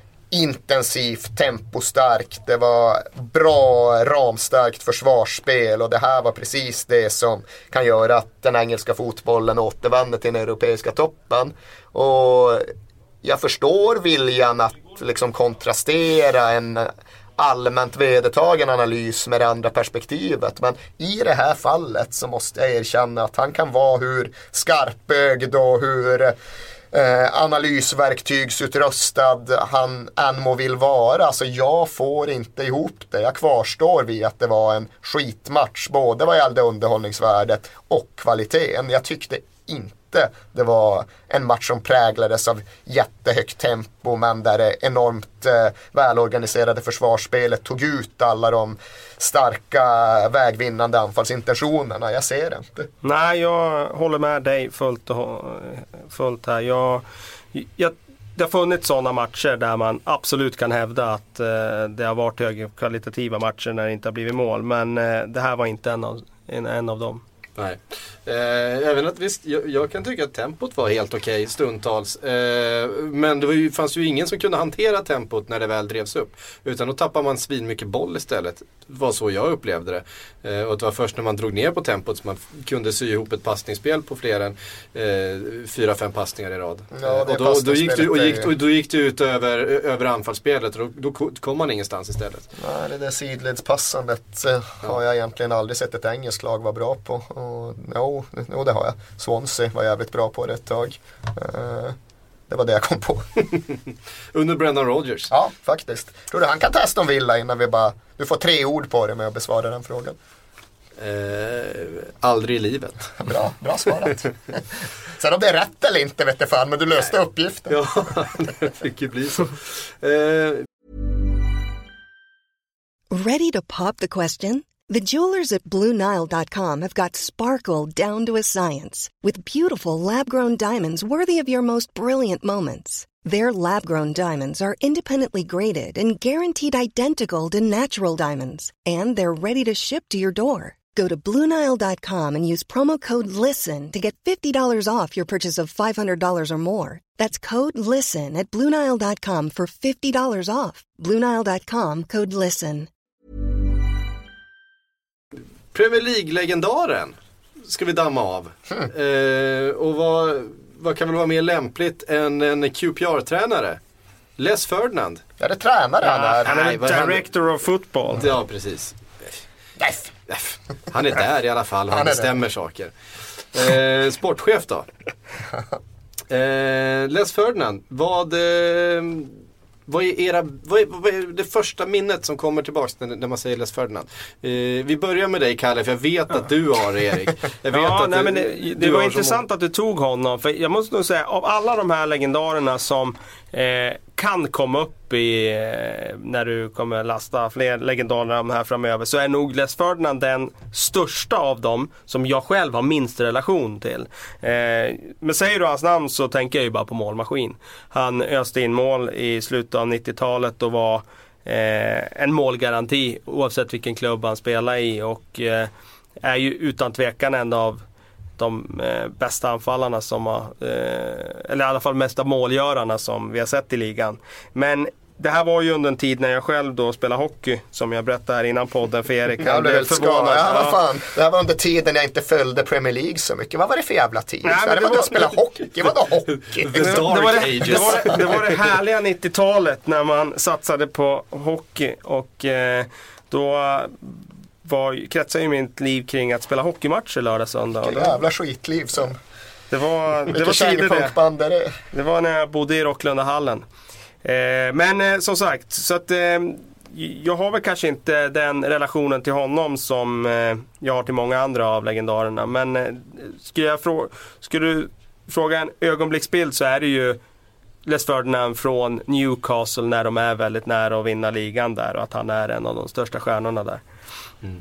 intensivt, tempostarkt, det var bra ramstarkt försvarsspel, och det här var precis det som kan göra att den engelska fotbollen återvänder till den europeiska toppen. Och jag förstår viljan att liksom kontrastera en allmänt vedertagen analys med det andra perspektivet, men i det här fallet så måste jag erkänna att han kan vara hur skarpögd och hur Eh, analysverktygsutrustad han än må vill vara. Alltså jag får inte ihop det. Jag kvarstår vid att det var en skitmatch, både vad gällde underhållningsvärdet och kvaliteten. Jag tyckte inte det var en match som präglades av jättehögt tempo, men där det enormt eh, välorganiserade försvarsspelet tog ut alla de starka vägvinnande anfallsintentionerna. Jag ser det inte. Nej, jag håller med dig fullt, och, fullt här. Jag, jag, det har funnits sådana matcher där man absolut kan hävda att eh, det har varit högkvalitativa matcher när det inte har blivit mål, men eh, det här var inte en av, en, en av dem. Nej. Eh, även att visst, jag, jag kan tycka att tempot var helt okej stundtals. Eh, men det var ju, fanns ju ingen som kunde hantera tempot när det väl drevs upp. Utan då tappar man svin mycket boll istället. Det var så jag upplevde det. Eh, och det var först när man drog ner på tempot som man kunde sy ihop ett passningsspel på fler än eh, fyra, fem passningar i rad. Ja, och då, då, gick det, och gick, och då gick det ut över, över anfallsspelet, och då, då kom man ingenstans istället. Nej, det där sidledspassandet eh, ja. har jag egentligen aldrig sett ett engelskt lag vara bra på. Och, no, no, det har jag. Swansea var jävligt bra på det ett tag. Uh, det var det jag kom på. Under Brendan Rodgers. Ja, faktiskt. Tror du han kan testa om Villa innan vi bara... Du får tre ord på det med att besvara den frågan. Uh, aldrig i livet. Bra, bra svarat. Sen om det är rätt eller inte vet jag fan, men du löste Nej. uppgiften. Ja, det fick ju bli så. Uh... Ready to pop the question? The jewelers at Blue Nile dot com have got sparkle down to a science with beautiful lab-grown diamonds worthy of your most brilliant moments. Their lab-grown diamonds are independently graded and guaranteed identical to natural diamonds, and they're ready to ship to your door. Go to Blue Nile dot com and use promo code LISTEN to get fifty dollars off your purchase of five hundred dollars or more. That's code LISTEN at Blue Nile dot com for fifty dollars off. Blue Nile dot com, code LISTEN. Premier League-legendaren ska vi damma av. Mm. Eh, och vad, vad kan väl vara mer lämpligt än en Q P R-tränare? Les Ferdinand. Ja, det är tränare ja, han är. Han är director han... of football. Ja, precis. Yes. Han är där i alla fall. Han, han bestämmer saker. Eh, sportchef då? Eh, Les Ferdinand. Vad... Eh, Vad är, era, vad, är, vad är det första minnet som kommer tillbaka när, när man säger Les Ferdinand? Eh, vi börjar med dig, Kalle, för jag vet att du har det, Erik. Jag vet ja, att nej, du, men det, det var intressant som... att du tog honom. För jag måste nog säga, av alla de här legendarerna som eh, kan komma upp i, eh, när du kommer lasta fler legendarer om här framöver, så är nog Les Ferdinand den största av dem som jag själv har minst relation till. Eh, men säger du hans namn så tänker jag ju bara på målmaskin. Han öste in mål i slutet av nittiotalet och var eh, en målgaranti oavsett vilken klubb han spelar i, och eh, är ju utan tvekan en av de eh, bästa anfallarna som har, eh, eller i alla fall mesta målgörarna som vi har sett i ligan. Men det här var ju under en tid när jag själv då spelade hockey, som jag berättade här innan podden för Erik. Jag blev helt skadad. Ja, vad fan. Det här var under tiden jag inte följde Premier League så mycket. Vad var det för jävla tid? Nej, men det, det var att spela hockey. Vadå hockey? The dark det, var det, ages. Det var det, det var det härliga nittiotalet när man satsade på hockey, och eh, då var, kretsade ju mitt liv kring att spela hockeymatcher lördag söndag. Vilket jävla skitliv som... Det var, det var tider det. det. Det var när jag bodde i Rocklundahallen. Eh, men eh, som sagt, så att... Eh, jag har väl kanske inte den relationen till honom som eh, jag har till många andra av legendarerna. Men eh, skulle, jag frå- skulle du fråga en ögonblicksbild så är det ju Les Ferdinand från Newcastle när de är väldigt nära att vinna ligan där. Och att han är en av de största stjärnorna där. Mm.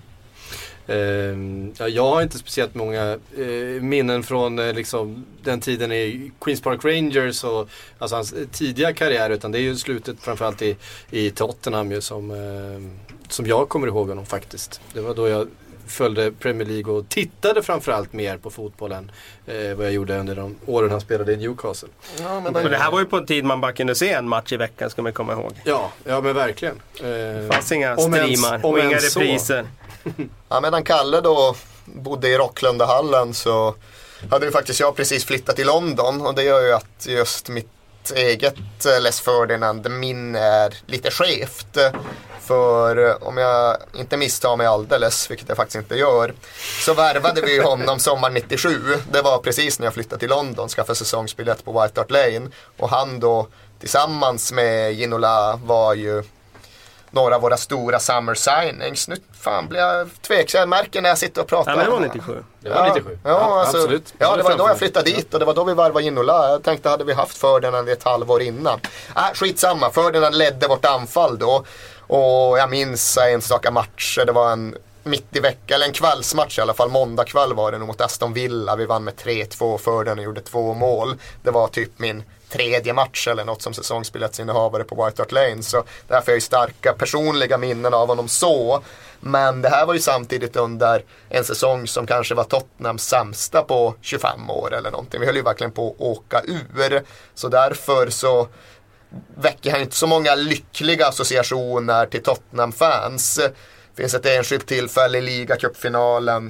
Uh, jag har inte speciellt många uh, minnen från uh, liksom, den tiden i Queens Park Rangers och alltså, hans tidiga karriär, utan det är ju slutet framförallt i, i Tottenham ju, som, uh, som jag kommer ihåg honom faktiskt. Det var då jag följde Premier League och tittade framförallt mer på fotbollen eh, vad jag gjorde under de åren han spelade i Newcastle. Ja, men det... det här var ju på en tid man bara kunde se en match i veckan, ska man komma ihåg. Ja, ja men verkligen. Eh, det fanns inga streamar och inga repriser. Ja, medan Kalle då bodde i Rocklundahallen så hade ju faktiskt jag precis flyttat till London, och det gör ju att just mitt eget Les Ferdinand minne är lite skevt. För om jag inte misstar mig alldeles, vilket jag faktiskt inte gör, så värvade vi honom sommar nittiosju. Det var precis när jag flyttade till London, skaffade säsongsbiljett på White Hart Lane. Och han då tillsammans med Ginola var ju några av våra stora summer signings. Nu fan blir jag tveksam, märker när jag sitter och pratar. Ja, men det var nittiosju. Det var nittiosju. Ja, ja, alltså, absolut. Ja, det var då jag flyttade dit och det var då vi varvade Ginola. Jag tänkte, hade vi haft Ferdinand ett halvår innan. Äh, skitsamma, Ferdinand ledde vårt anfall då. Och jag minns enstaka matcher. Det var en mitt i veckan, eller en kvällsmatch i alla fall. Måndag kväll var det nog mot Aston Villa. Vi vann med tre två, Ferdinand och gjorde två mål. Det var typ min tredje match eller något som säsongsbiljettsinnehavare på White Hart Lane. Så därför har jag ju starka personliga minnen av honom så. Men det här var ju samtidigt under en säsong som kanske var Tottenhams sämsta på tjugofem år eller någonting. Vi höll ju verkligen på att åka ur. Så därför så väcker han inte så många lyckliga associationer till Tottenham-fans. Det finns ett enskilt tillfälle i ligacupfinalen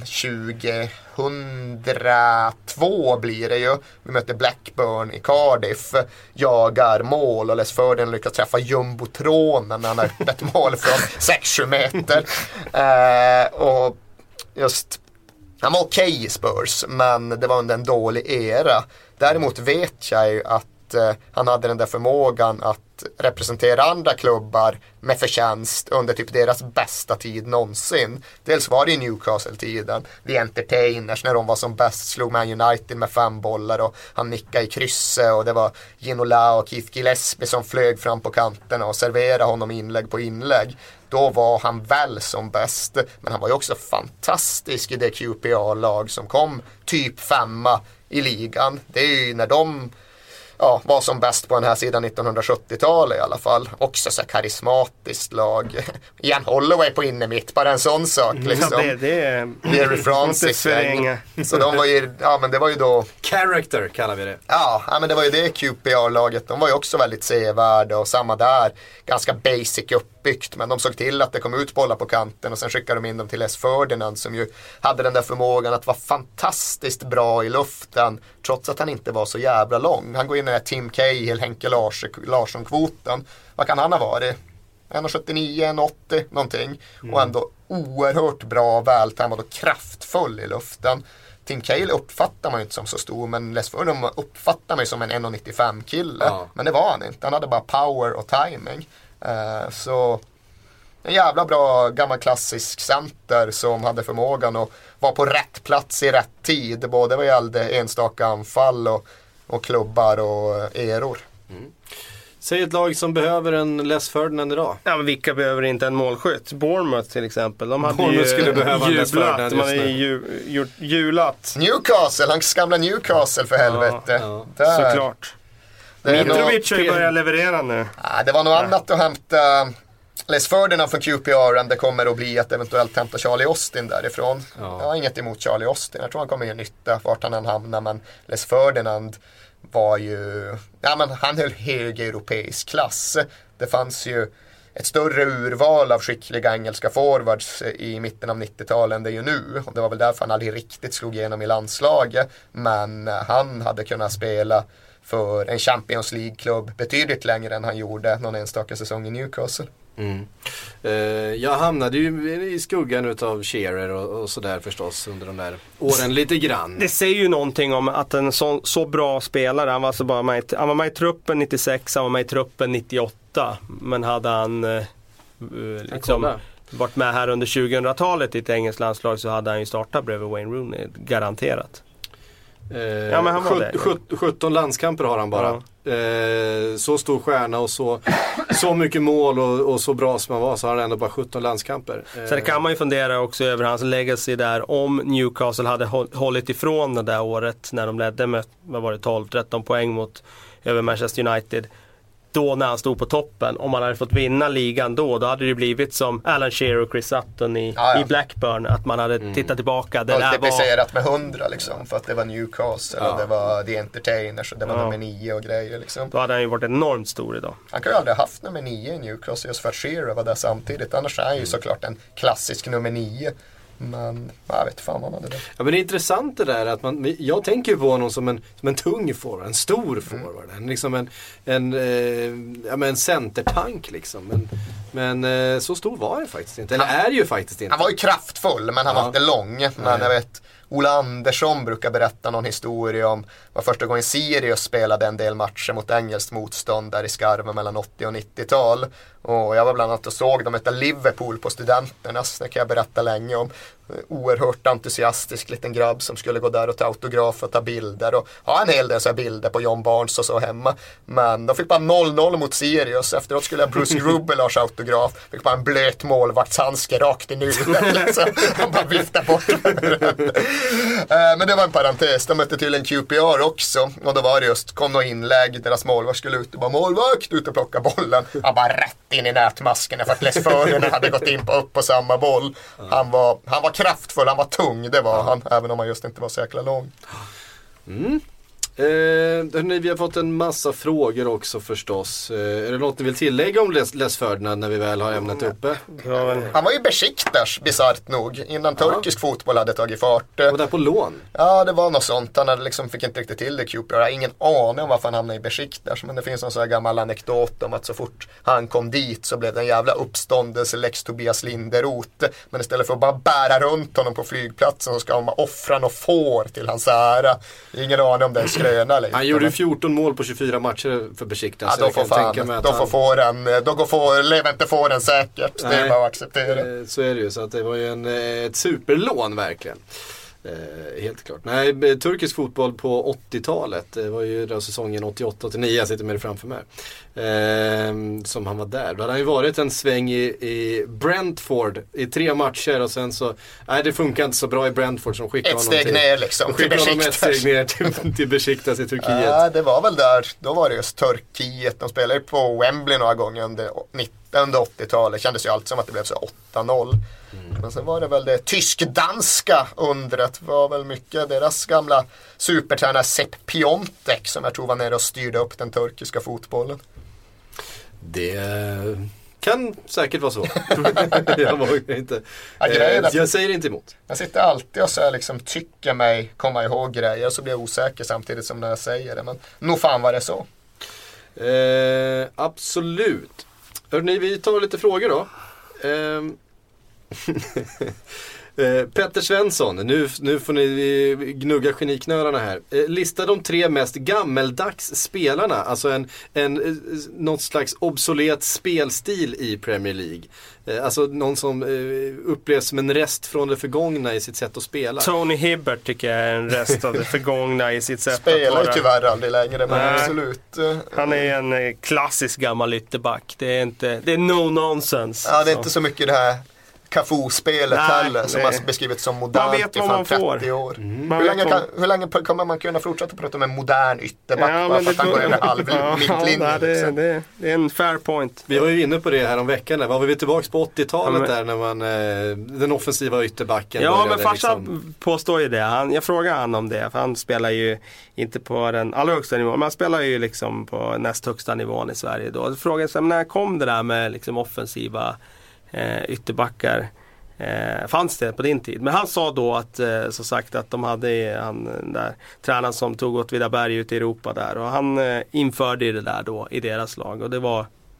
tjugohundratvå blir det ju. Vi mötte Blackburn i Cardiff, jagar mål och Les Ferdinand lyckas träffa jumbotronen när han har öppet mål från sex sju meter. Eh, och just, han var okej i Spurs, men det var under en dålig era. Däremot vet jag ju att han hade den där förmågan att representera andra klubbar med förtjänst under typ deras bästa tid någonsin. Dels var det i Newcastle-tiden, The Entertainers, när de var som bäst, slog Man United med fem bollar och han nickade i krysset och det var Ginola och Keith Gillespie som flög fram på kanterna och serverade honom inlägg på inlägg. Då var han väl som bäst, men han var ju också fantastisk i det Q P A-lag som kom typ femma i ligan. Det är ju när de ja, var som bäst på den här sidan nittonhundrasjuttiotalet i alla fall. Också så karismatiskt lag. Ian Holloway på inne mitt, bara en sån sak liksom. Ja, det, det är Jerry Francis. Så de var ju, ja men det var ju då character kallar vi det. Ja, ja men det var ju det Q P A-laget. De var ju också väldigt sevärda och samma där. Ganska basic uppbyggt, men de såg till att det kom ut bollar på kanten och sen skickade de in dem till Les Ferdinand som ju hade den där förmågan att vara fantastiskt bra i luften trots att han inte var så jävla lång. Han går in i den här Tim Cahill, Henke Lars, Larsson-kvoten. Vad kan han ha varit? en sjuttionio, en åttio någonting. Mm. Och ändå oerhört bra, vältränad och kraftfull i luften. Tim Cahill uppfattar man ju inte som så stor, men Les Ferdinand uppfattar man ju som en en nittiofem kille. Ja. Men det var han inte. Han hade bara power och timing. Uh, så en jävla bra gammal klassisk center som hade förmågan att vara på rätt plats i rätt tid. Både vad gällde enstaka anfall och, och klubbar och eror. Mm. Säg ett lag som behöver en Les Ferdinand idag. Ja, men vilka behöver inte en målskytt? Bournemouth till exempel. De hade Bournemouth ju skulle behöva jublat. Les De hade ju ju, julat. Newcastle, hans gamla Newcastle för helvete. Ja, ja. Såklart. Mitrovic har ju börjat leverera nu. Ja, det var något ja. annat att hämta Les Ferdinand från Q P R än det kommer att bli att eventuellt hämta Charlie Austin därifrån. Ja. Jag har inget emot Charlie Austin. Jag tror han kommer att göra nytta vart han än hamnar, men Les Ferdinand var ju, ja men han höll hög europeisk klass. Det fanns ju ett större urval av skickliga engelska forwards i mitten av nittiotalet än det är ju nu. Och det var väl därför han aldrig riktigt slog igenom i landslaget. Men han hade kunnat spela för en Champions League-klubb betydligt längre än han gjorde någon enstaka säsong i Newcastle. Mm. Uh, jag hamnade ju i skuggan utav Shearer och, och sådär förstås under de där åren lite grann. Det säger ju någonting om att en så, så bra spelare, han var, alltså bara med, han var med i truppen nittiosex, han var med i truppen nittioåtta, men hade han uh, liksom varit med här under tjugohundratalet i ett engelskt landslag så hade han ju startat bredvid Wayne Rooney, garanterat. Eh, ja, men han var sjut, sjut, sjutton landskamper har han bara. Ja. Eh, så stor stjärna och så, så mycket mål och, och så bra som han var, så har han ändå bara sjutton landskamper. Eh. Så det kan man ju fundera också över hans legacy där. Om Newcastle hade hållit ifrån det där året när de ledde med, vad var det, tolv tretton poäng mot över Manchester United. Då när han stod på toppen, om man hade fått vinna ligan då, då hade det blivit som Alan Shearer och Chris Sutton i, ja, ja. i Blackburn, att man hade mm. tittat tillbaka. Det multiplicerat var... med hundra liksom, för att det var Newcastle ja. och det var The Entertainers och det var ja. nummer nio och grejer liksom. Då hade han ju varit enormt stor idag. Han kan ju aldrig ha haft nummer nio i Newcastle just för att Shearer var där samtidigt, annars är han ju mm. såklart en klassisk nummer nio. Men jag vet fan vad man hade det. Ja, men det är intressant det där att man, jag tänker på honom som en, som en tung forward, en stor forward, mm. en, liksom en, en, eh, ja, men en centertank liksom. Men, men eh, så stor var han faktiskt inte, eller han, är ju faktiskt inte. Han var ju kraftfull, men han ja. var inte lång. Men Nej. jag vet, Ola Andersson brukar berätta någon historia om var första gången Sirius spelade en del matcher mot engelskt motstånd där i skarven mellan åttio och nittiotal. Och jag var bland annat och såg dem möta Liverpool på Studenternas, det kan jag berätta länge om. Oerhört entusiastisk liten grabb som skulle gå där och ta autograf och ta bilder och ha en hel del så här bilder på John Barnes och så hemma. Men de fick bara noll noll mot Sirius. Efteråt skulle jag Bruce Grubelars autograf, fick bara en blöt målvaktshandske rakt i nuet liksom. Han bara viftade bort den. Men det var en parentes, de mötte till en Q P R också och då var det just, kom något inlägg, deras målvakt skulle ut och bara målvakt ut och plocka bollen. Han bara rätt in i nätmasken för att Les Förderna hade gått in på upp på samma boll. Han var, han var kraftfull, han var tung, det var han, även om han just inte var så jäkla lång. Mm. Eh, hörni, vi har fått en massa frågor också förstås. Eh, är det något ni vill tillägga om Les, Les Ferdinand när vi väl har ämnet uppe? Han var ju Besiktas, bizarrt nog, innan ja. turkisk fotboll hade tagit fart. Och där på lån? Ja, det var något sånt. Han hade liksom, fick inte riktigt till det, Q P R. Jag har ingen aning om varför han hamnade i Besiktas, men det finns en sån här gammal anekdot om att så fort han kom dit så blev det en jävla uppståndelse, Lex Tobias Linderoth. Men istället för att bara bära runt honom på flygplatsen så ska man offra och får till hans ära. Ingen aning om det är skröna. Han gjorde fjorton mål på tjugofyra matcher för Besiktas. Ja, då får fan, då får han... få den, då går få, lever inte få den säkert. Nej, det är bara att acceptera. Så är det ju, så att det var ju en, ett superlån verkligen. Eh, helt klart. Nej, turkisk fotboll på åttiotalet, det var ju då säsongen åttioåtta åttionio, jag sitter med det framför mig. Eh, som han var där. Då hade han ju varit en sväng i, i Brentford i tre matcher och sen så, nej det funkar inte så bra i Brentford som skickade ett honom till, ner liksom, till Besiktas. Ett steg ner till, till Besiktas i Turkiet. Ja, det var väl där, då var det just Turkiet, de spelade på Wembley några gånger under under åttiotalet, kändes ju allt som att det blev så åtta noll. Mm. Men sen var det väl det tysk-danska undret, var väl mycket deras gamla supertränare Sepp Piontek som jag tror var nere och styrde upp den turkiska fotbollen. Det kan säkert vara så. jag vågar inte. Ja, eh, jag säger inte emot. Jag sitter alltid och så här liksom tycker mig komma ihåg grejer, så blir jag osäker samtidigt som när jag säger det. Men nog fan var det så. Eh, absolut. Hörrni, vi tar lite frågor då. Eh, Petter Svensson, nu, nu får ni gnugga geniknölarna här. Eh, lista de tre mest gammeldags spelarna, alltså en, en, något slags obsolet spelstil i Premier League. Eh, alltså någon som eh, upplevs som en rest från det förgångna i sitt sätt att spela. Tony Hibbert tycker jag är en rest av det förgångna i sitt sätt spelar att vara. Spelar tyvärr aldrig längre, men Nej. absolut. Han är en eh, klassisk gammal ytterback. Det är inte, det är no nonsense. Ja, det är så. Inte så mycket det här Cafu-spelet heller, som har beskrivits som modernt i fan trettio år. Mm. Hur, länge kan, hur länge kommer man kunna fortsätta prata om en modern ytterback ja, bara för att han går över halv ja, mittlinjen? Ja, det, liksom. det, det är en fair point. Vi var ju inne på det här om veckan. Var vi tillbaka på åttiotalet ja, men, där när man eh, den offensiva ytterbacken. Ja, men farsan liksom... påstår ju det. Han, jag frågar han om det, för han spelar ju inte på den allra högsta nivån, men han spelar ju liksom på näst högsta nivån i Sverige då. Frågan är, när kom det där med liksom offensiva Eh, ytterbackar eh, fanns det på din tid, men han sa då att eh, så sagt att de hade han där tränaren som tog åt Vidaberg ut i Europa där, och han eh, införde det där då i deras lag, och det var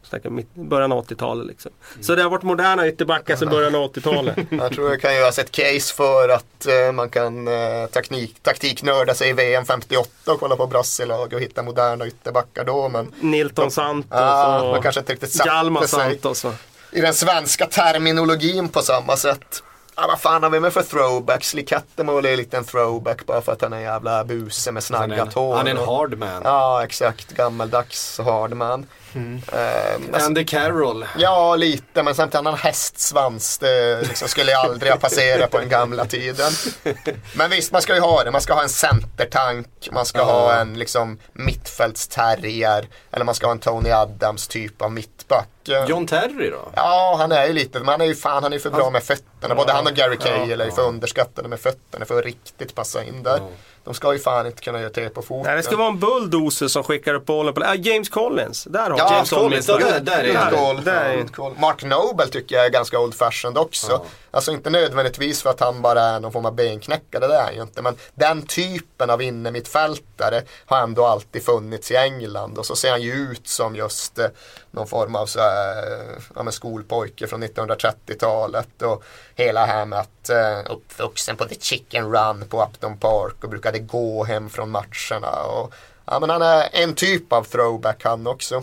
snackar mitt, början av åttiotalet liksom. Mm. Så det har varit moderna ytterbackar sedan början av åttiotalet. Jag tror det kan göras ett case för att uh, man kan uh, taktik, taktiknörda sig i V M femtioåtta och kolla på brasselag och hitta moderna ytterbackar då. Men Nilton Santos ah, och man kanske inte riktigt Hjalmar satte sig Santos och... i den svenska terminologin på samma sätt. Ja, vad fan har vi med för throwbacks? Lee Cattermole är en liten throwback bara för att han är en jävla buse med snaggat hår. Han är en hardman. Ja, exakt. Gammaldags hardman. Mm. Uh, Andy Carroll. Ja, lite. Men samtidigt han har hästsvans. Det liksom skulle jag aldrig ha passerat på den gamla tiden. Men visst, man ska ju ha det. Man ska ha en centertank. Man ska uh. ha en liksom mittfältsterrier. Eller man ska ha en Tony Adams typ av mittback. John Terry då? Ja, han är ju lite. Men han är ju fan, han är för bra han... med fötterna. Både ja. han och Gary Cahill ja, är för ja. underskattade med fötterna för att riktigt passa in där. Ja. De ska ju fan inte kunna göra te på foten. Nej, det ska vara en bulldozer som skickar upp bollen på... Äh, James Collins. Där har ja, James Collins. Där, där, där är det. Goal, där är goal. Mark Noble tycker jag är ganska old fashioned också. Ja. Alltså inte nödvändigtvis för att han bara är någon form av benknäckare, det är ju inte. Men den typen av innermittfältare har ändå alltid funnits i England. Och så ser han ju ut som just eh, någon form av så här, ja, men skolpojke från nittonhundratrettiotalet. Och hela här med att eh, uppvuxen på The Chicken Run på Upton Park och brukade gå hem från matcherna. Och, ja, men han är en typ av throwback han också.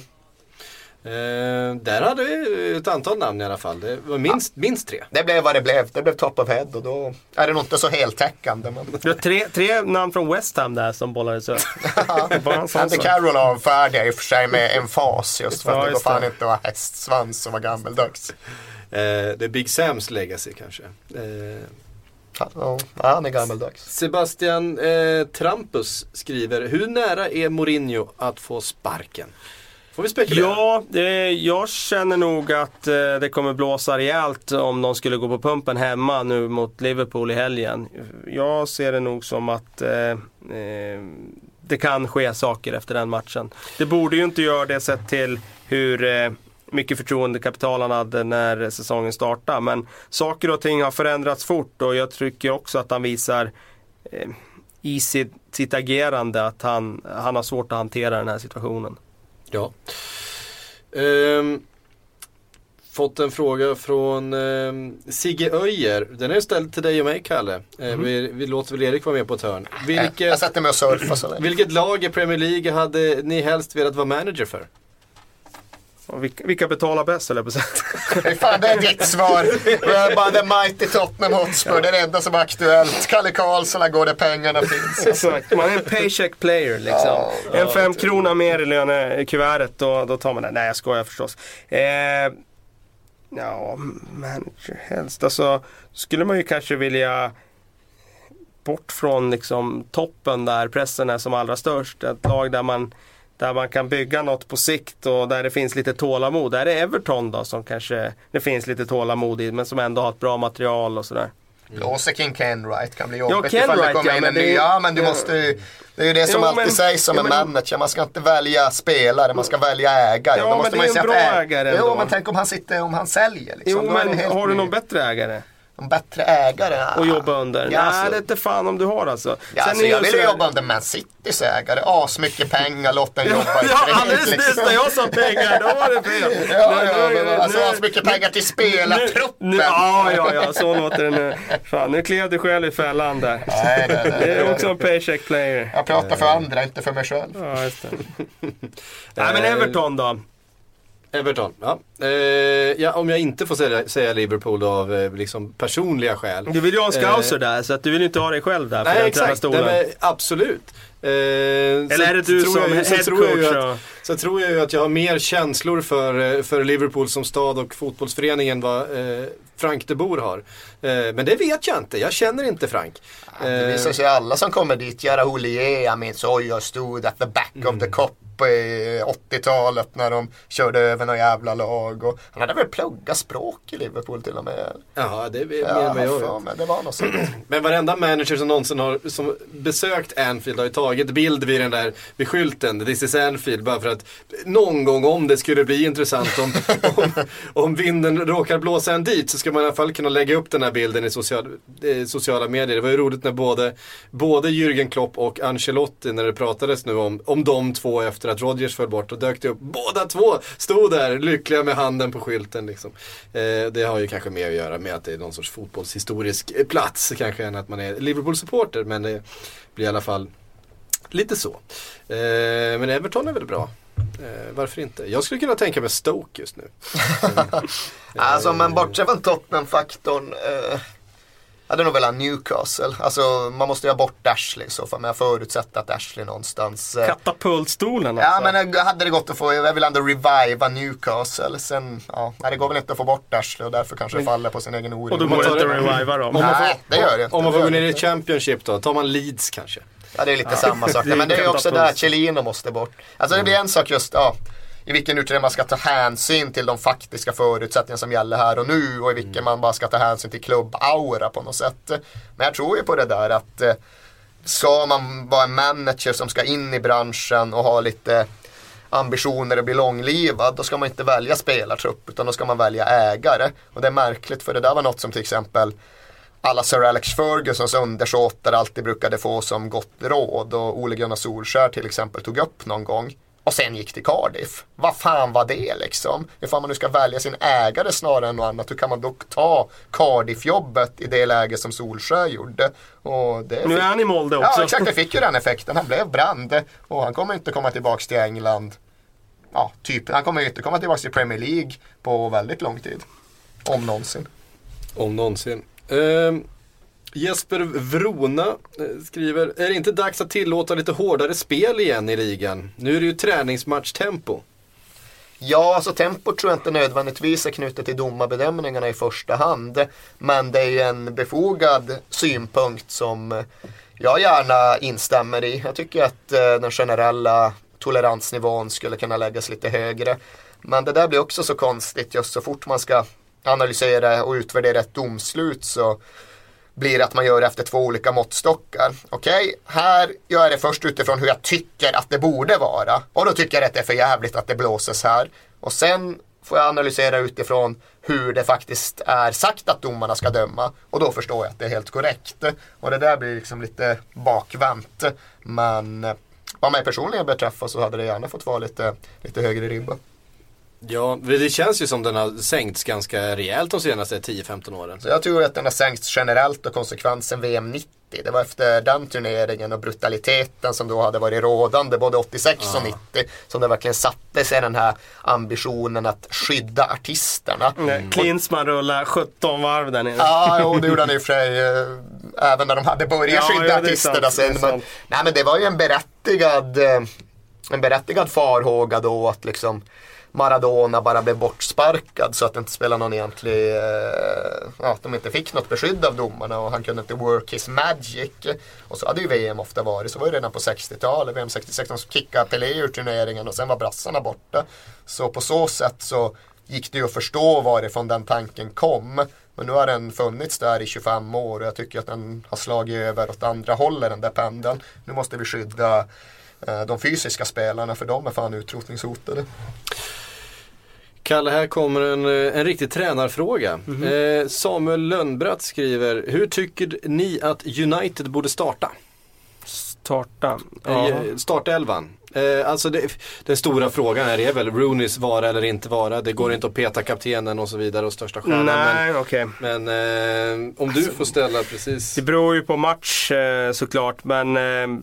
Eh, där hade vi ett antal namn i alla fall. Det var minst, ja. minst tre. Det blev vad det blev. Det blev top of head och då är det nog inte så heltäckande. Men... Det var tre, tre namn från West Ham där som bollades upp. Andy Carroll avfärdiga i och för sig med en fas just för att ja, det går fan det. inte att ha hästsvans som var gammeldags. Eh, det är Big Sams legacy kanske. Eh... Ja, han är gammeldags. Sebastian eh, Trampus skriver: hur nära är Mourinho att få sparken? Får vi spekulera? Ja, det, jag känner nog att eh, det kommer blåsa rejält om de skulle gå på pumpen hemma nu mot Liverpool i helgen. Jag ser det nog som att eh, eh, det kan ske saker efter den matchen. Det borde ju inte göra det sett till hur eh, mycket förtroendekapital han hade när säsongen startade. Men saker och ting har förändrats fort och jag tycker också att han visar eh, i sitt, sitt agerande att han, han har svårt att hantera den här situationen. Ja. Ehm, fått en fråga från ehm, Sigge Öjer. Den är ställd till dig och mig, Kalle. Ehm, mm. vi, vi låter väl Erik vara med på ett hörn. Vilket, jag sätter mig och surfa så vilket lag i Premier League hade ni helst velat vara manager för? Och vilka, vilka betalar bäst eller på sätt? Fan, det är ditt svar. Bara The Mighty Tottenham Hotspur, det är det enda som är aktuellt. Kalle Karlsson, går det pengarna finns. Exakt, man är en paycheck player liksom. Ja, en ja, fem krona mer i lönekuvertet, då, då tar man det. Nej, jag skojar förstås. Eh, ja, manager helst. Alltså, skulle man ju kanske vilja bort från liksom toppen där pressen är som allra störst. Ett lag där man Där man kan bygga något på sikt och där det finns lite tålamod. Där är Everton då som kanske det finns lite tålamod i, men som ändå har ett bra material och sådär. Låser King Kenwright kan bli jobbigt ja, ifall det kommer ja, in en det, ny. Ja, men du ja. måste ju, det är ju det som jo, alltid men, sägs som ja, en men, manager. Man ska inte välja spelare, man ska välja ägare. Ja, Då måste men man det är en bra ä- ägare. Jo, men tänk om han sitter, om han säljer. Liksom. Jo, men har du någon bättre ägare? En bättre ägare. Ja. Och jobba under. Ja, Nej, alltså, det är inte fan om du har alltså. Ja, Sen alltså är jag vill så... jobba under Man Citys ägare. As mycket pengar, låt den jobba. Ja, alldeles nyss när jag sa pengar, då var det fel. Ja, nu, ja, men, alltså as mycket pengar till spelartruppen. Ja, ja, ja, så låter det nu. Fan, nu klev du själv i fällan där. Nej, nej, nej, det är också en paycheck player. Jag pratar för andra, inte för mig själv. Ja, just det. Nej, men Everton då? Everton, ja. Eh, ja. Om jag inte får säga, säga Liverpool då, av eh, liksom personliga skäl. Du vill ju ha en scouser eh, där, så att du vill inte ha dig själv där. Nej, exakt. Nej, absolut. Eh, Eller så, är det du som jag, head så coach? Tror jag så? Att, så tror jag ju att jag har mer känslor för, för Liverpool som stad och fotbollsföreningen vad eh, Frank de Boer har. Eh, men det vet jag inte, jag känner inte Frank. Ja, det visar sig alla som kommer dit. Göra Holier, jag minns, oj jag stod at the back mm. of the cop i åttiotalet när de körde över några jävla lag och han hade väl pluggat språk i Liverpool till och med. Jaha, det är mer ja, med jag med, det var något sånt. Men varenda manager som någonsin har som besökt Anfield har ju tagit bild vid den där vid skylten, this is Anfield, bara för att någon gång om det skulle bli intressant om, om, om vinden råkar blåsa en dit så ska man i alla fall kunna lägga upp den här bilden i social, eh, sociala medier. Det var ju roligt när både, både Jürgen Klopp och Ancelotti när det pratades nu om, om de två efter efter att Rodgers föll bort och dök det upp. Båda två stod där lyckliga med handen på skylten liksom. Eh, det har ju kanske mer att göra med att det är någon sorts fotbollshistorisk plats kanske än att man är Liverpool-supporter, men det blir i alla fall lite så. Eh, men Everton är väl bra. Eh, varför inte? Jag skulle kunna tänka mig Stoke just nu. Mm. Alltså men bortsett från Tottenham-faktorn eh, hade nog väl Newcastle. Alltså man måste ju ha bort Ashley så för men jag förutsätter att Ashley någonstans eh, katapultstolen ja alltså. men hade det gått att få, jag vill ändå reviva Newcastle. Sen, ja, nej, det går väl inte att få bort Ashley och därför kanske det faller på sin egen orimlighet. Och då går det inte att reviva dem. Nej, det gör det inte. Om man får gå ner i Championship då, tar man Leeds kanske. Ja, det är lite ja. samma sak. Men det är ju också där Chelino måste bort. Alltså det blir en sak just, ja, i vilken utredning man ska ta hänsyn till de faktiska förutsättningar som gäller här och nu och i vilken man bara ska ta hänsyn till klubbaura på något sätt. Men jag tror ju på det där att eh, ska man vara en manager som ska in i branschen och ha lite ambitioner att bli långlivad, då ska man inte välja spelartrupp utan då ska man välja ägare. Och det är märkligt för det där var något som till exempel alla Sir Alex Fergusons undersåtar alltid brukade få som gott råd och Ole Gunnar Solskjær till exempel tog upp någon gång och sen gick till Cardiff. Vad fan var det liksom? Ifall man nu ska välja sin ägare snarare än något annat, hur kan man dock ta Cardiff-jobbet i det läge som Solskjær gjorde? Och det nu är han i Molde också. Ja exakt, det fick ju den effekten. Han blev brand och han kommer inte komma tillbaka till England. Ja, typ. Han kommer inte komma tillbaka till Premier League på väldigt lång tid. Om någonsin. Om någonsin. Uh, Jesper Vrona uh, skriver: är det inte dags att tillåta lite hårdare spel igen i ligan? Nu är det ju träningsmatchtempo. Ja, alltså tempo tror jag inte nödvändigtvis är knutet till domarbedömningarna i första hand. Men det är ju en befogad synpunkt som jag gärna instämmer i. Jag tycker att uh, den generella toleransnivån skulle kunna läggas lite högre. Men det där blir också så konstigt just så fort man ska analysera och utvärdera ett domslut så blir det att man gör det efter två olika måttstockar. Okej, okay, här gör jag det först utifrån hur jag tycker att det borde vara. Och då tycker jag att det är för jävligt att det blåses här. Och sen får jag analysera utifrån hur det faktiskt är sagt att domarna ska döma. Och då förstår jag att det är helt korrekt. Och det där blir liksom lite bakvänt. Men vad mig personligen beträffar så hade det gärna fått vara lite, lite högre ribba. Ja, det känns ju som den har sänkts ganska rejält de senaste tio femton åren. Så jag tror att den har sänkts generellt och konsekvensen V M nittio. Det var efter den turneringen och brutaliteten som då hade varit rådande både åttiosex ja. och nittio som det verkligen satte sig den här ambitionen att skydda artisterna. Mm. Klinsmann rullar sjutton varv där nere. Ja, och det gjorde han i och för sig även när de hade börjat ja, skydda ja, artisterna sen. Men, nej, men det var ju en berättigad en berättigad farhåga då att liksom Maradona bara blev bortsparkad så att det inte spelade någon egentlig eh, ja, att de inte fick något beskydd av domarna och han kunde inte work his magic. Och så hade ju V M ofta varit, så var det redan på sextiotalet, V M sextiosex, de kickade Pelé ur turneringen och sen var brassarna borta. Så på så sätt så gick det ju att förstå varifrån den tanken kom. Men nu har den funnits där i tjugofem år och jag tycker att den har slagit över åt andra hållet, den där pendeln. Nu måste vi skydda eh, de fysiska spelarna för de är fan utrotningshotade. Kalle, här kommer en, en riktig tränarfråga. Mm-hmm. Eh, Samuel Lönnbratt skriver: hur tycker ni att United borde starta? Starta? Ja. Eh, startelvan. Eh, alltså det, den stora frågan här är väl Rooneys vara eller inte vara. Det går inte att peta kaptenen och så vidare och största stjärnan. Nej, men, okay. men eh, om du får ställa precis. Det beror ju på match eh, såklart. Men eh,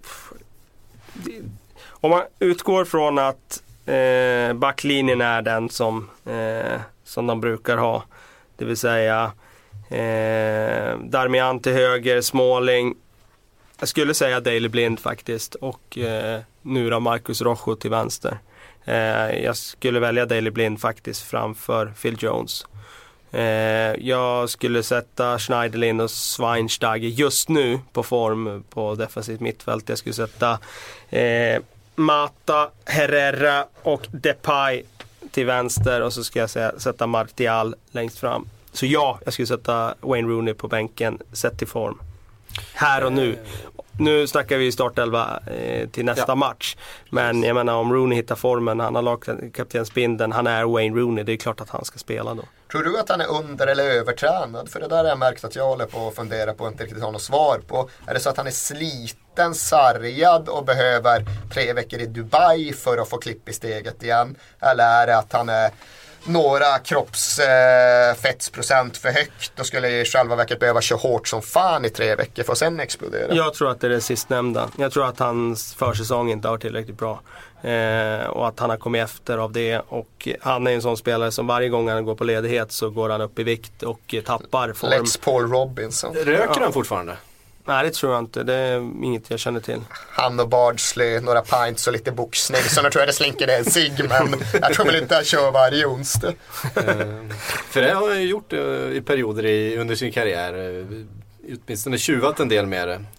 om man utgår från att Eh, backlinjen är den som, eh, som de brukar ha, det vill säga eh, Darmian till höger, Smalling, jag skulle säga Daley Blind faktiskt, och eh, nu då Marcus Rojo till vänster. eh, jag skulle välja Daley Blind faktiskt framför Phil Jones. eh, jag skulle sätta Schneiderlin och Schweinsteiger just nu på form på defensivt mittfält. Jag skulle sätta eh, Mata, Herrera och Depay till vänster och så ska jag säga, sätta Martial längst fram. Så ja, jag skulle sätta Wayne Rooney på bänken, sett till form. Här och nu. nu snackar vi startelva eh, till nästa Ja. match. Men jag menar om Rooney hittar formen, han har lagkaptensbindeln, han är Wayne Rooney, det är klart att han ska spela då. Tror du att han är under- eller övertränad? För det där har jag märkt att jag håller på att fundera på och inte riktigt har något svar på. Är det så att han är sliten, sargad och behöver tre veckor i Dubai för att få klipp i steget igen? Eller är det att han är några kroppsfettsprocent eh, för högt och skulle i själva verket behöva köra hårt som fan i tre veckor för att sen explodera? Jag tror att det är det sistnämnda. Jag tror att hans försäsong inte har tillräckligt bra. Eh, och att han har kommit efter av det. Och han är en sån spelare som varje gång han går på ledighet så går han upp i vikt och tappar form. Lex Paul Robinson. Röker han fortfarande? Nej, det tror jag inte. Det är inget jag känner till. Han och Bardsley, några pints och lite boxning. Så nu tror jag det slinker en cigg, men jag tror väl inte att kör varje onsdag. För det har han gjort i perioder i, under sin karriär. Åtminstone tjuvat en del med det.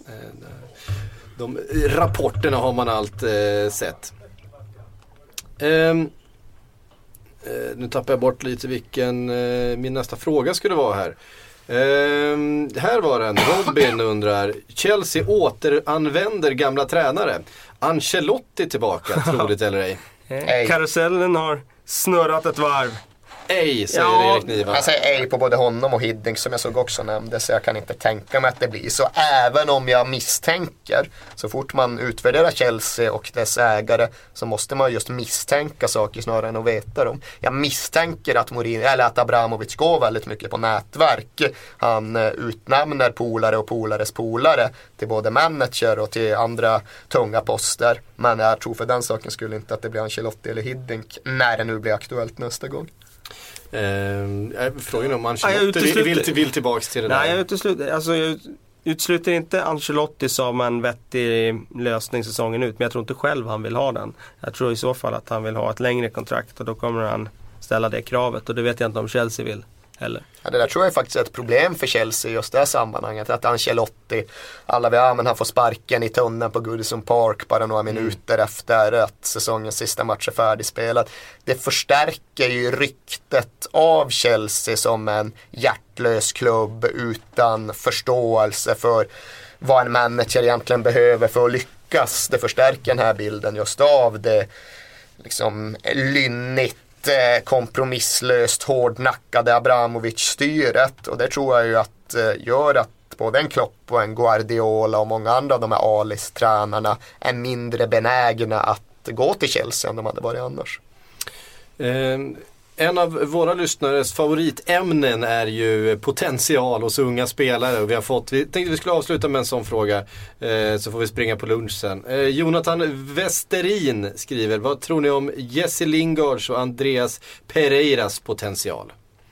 De rapporterna har man allt eh, sett. Um, eh, nu tappar jag bort lite vilken eh, min nästa fråga skulle vara här. Um, här var den. Robin undrar: Chelsea återanvänder gamla tränare. Ancelotti tillbaka, troligt eller ej? Ej. Karusellen har snurrat ett varv. Ej, säger Ja, Erik Niva. Jag säger ej på både honom och Hiddink som jag såg också nämnde, så jag kan inte tänka mig att det blir så. Även om jag misstänker, så fort man utvärderar Chelsea och dess ägare så måste man just misstänka saker snarare än att veta dem. Jag misstänker att Mourinho, eller att Abramovic går väldigt mycket på nätverk. Han eh, utnämner polare och polares polare till både manager och till andra tunga poster. Men jag tror för den saken skulle inte att det blir Ancelotti eller Hiddink när det nu blir aktuellt nästa gång. Eh, frågan om Ja, Ancelotti jag utesluter- vill, vill, vill tillbaks till det Nej, där. jag utesluter, alltså, jag utesluter inte Ancelotti som en vettig lösning säsongen ut. Men jag tror inte själv han vill ha den. Jag tror i så fall att han vill ha ett längre kontrakt. Och då kommer han ställa det kravet. Och det vet jag inte om Chelsea vill heller. Ja, det där tror jag är faktiskt ett problem för Chelsea i just det här sammanhanget. Att Ancelotti, alla vi ja, men han får sparken i tunneln på Goodison Park bara några minuter mm. efter att säsongens sista match är färdigspelad. Det förstärker ju ryktet av Chelsea som en hjärtlös klubb utan förståelse för vad en manager egentligen behöver för att lyckas. Det förstärker den här bilden just av det liksom lynnigt, kompromisslöst, hårdnackade Abramovic-styret, och det tror jag ju att eh, gör att både en Klopp och en Guardiola och många andra av de här Alis-tränarna är mindre benägna att gå till Chelsea än de hade varit annars. Eh, en av våra lyssnares favoritämnen är ju potential hos unga spelare, och vi har fått, vi tänkte vi skulle avsluta med en sån fråga, eh, så får vi springa på lunch sen. Eh, Jonathan Westerin skriver: vad tror ni om Jesse Lingards och Andreas Pereiras potential?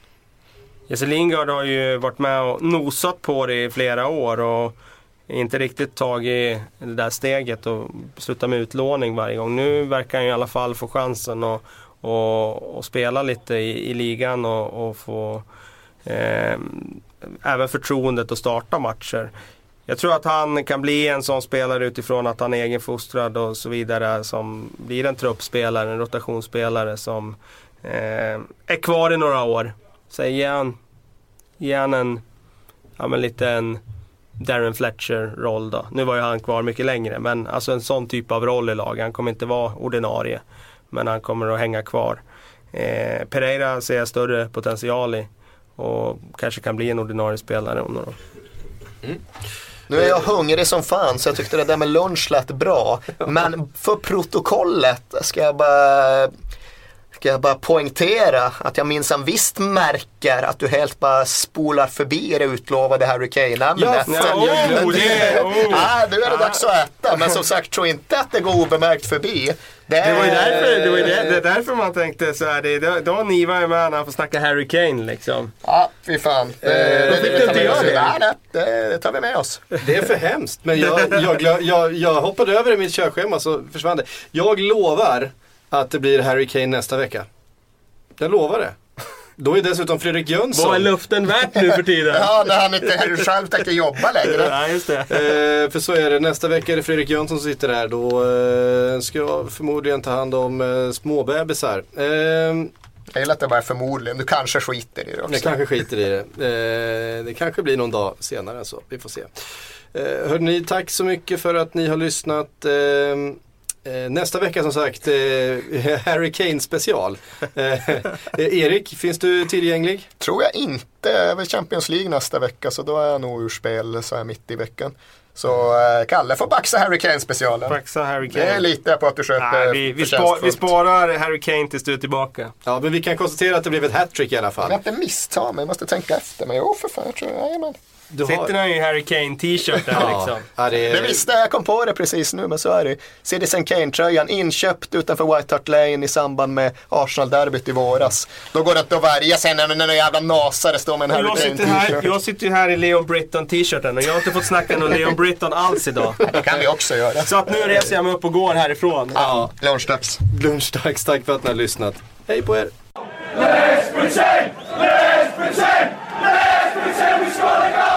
Jesse Lingard har ju varit med och nosat på det i flera år och inte riktigt tagit det där steget och slutat med utlåning varje gång. Nu verkar han i alla fall få chansen och Och, och spela lite i, i ligan och, och få eh, även förtroendet att starta matcher. Jag tror att han kan bli en sån spelare utifrån att han är egenfostrad och så vidare, som blir en truppspelare, en rotationsspelare som eh, är kvar i några år. Så ge han, ge han en, ja, men lite en Darren Fletcher-roll då. Nu var ju han kvar mycket längre, men alltså en sån typ av roll i laget. Han kommer inte vara ordinarie, men han kommer att hänga kvar. Eh, Pereira ser jag större potential i och kanske kan bli en ordinarie spelare om några år. Mm. Nu är jag hungrig som fan, så jag tyckte det där med lunch lät bra. Men för protokollet ska jag bara, ska jag bara poängtera att jag minns en visst märker att du helt bara spolar förbi det utlovade Harry Kane-ämnet. Ja, ja, oh, det, oh. ah, nu är det dags att äta, men som sagt, tror inte att det går obemärkt förbi. Det, det var ju därför, det var ju det, det är därför man tänkte så här, det, då har Niva är med när han får snacka Harry Kane liksom. Ja, fy fan. Det, eh, det, fick det, du tar inte vi göra oss. det? Nej, nej, det, det tar vi med oss. Det är för hemskt, men jag, jag, jag, jag hoppade över i mitt körschema så försvann det. Jag lovar att det blir Harry Kane nästa vecka. Jag lovar det. Då är dessutom Fredrik Jönsson. Vad är luften värt nu för tiden? Ja, när han inte själv tänker jobba längre. Ja, just det. Eh, för så är det. Nästa vecka är det Fredrik Jönsson som sitter där. Då eh, ska jag förmodligen ta hand om eh, småbebisar. Eh, Jag gillar att det bara är förmodligen. Du kanske skiter i det också. Jag kanske skiter i det. Eh, det kanske blir någon dag senare så. Vi får se. Eh, hörde ni, tack så mycket för att ni har lyssnat. Eh, Eh, nästa vecka som sagt eh, Harry Kane special. eh, eh, Erik, finns du tillgänglig? Tror jag inte, över Champions League nästa vecka, så då är jag nog ur spel så här mitt i veckan. Så eh, Kalle får baxa Harry Kane specialen. Baxa Harry Kane. Det är lite på att du sköter. Nej, vi, vi, spar, vi sparar Harry Kane tills du är tillbaka. Ja, men vi kan konstatera att det blev ett hattrick i alla fall. Jag har inte missta mig, jag måste tänka efter. Men jo, för fan, jag tror jag, men. Du har... Sitter han i Harry Kane t-shirt där ja. liksom. Ja, det, är... det visste jag, kom på det precis nu, men så är det. Citizen Kane-tröjan inköpt utanför White Hart Lane i samband med Arsenal-derbyt i våras. Då går det inte att värja sen när någon jävla nasare står med en Harry jag Kane sitter, här, t-shirt. jag sitter ju här i Leon Britton t-shirten och jag har inte fått snacka någon Leon Britton alls idag. Det kan vi också göra. Så att nu reser jag mig upp och går härifrån. Ja, lunchdags. Lunchdags, tack för att ni har lyssnat. Hej på er! Let's pretend! Let's pretend! Let's pretend we score the goal!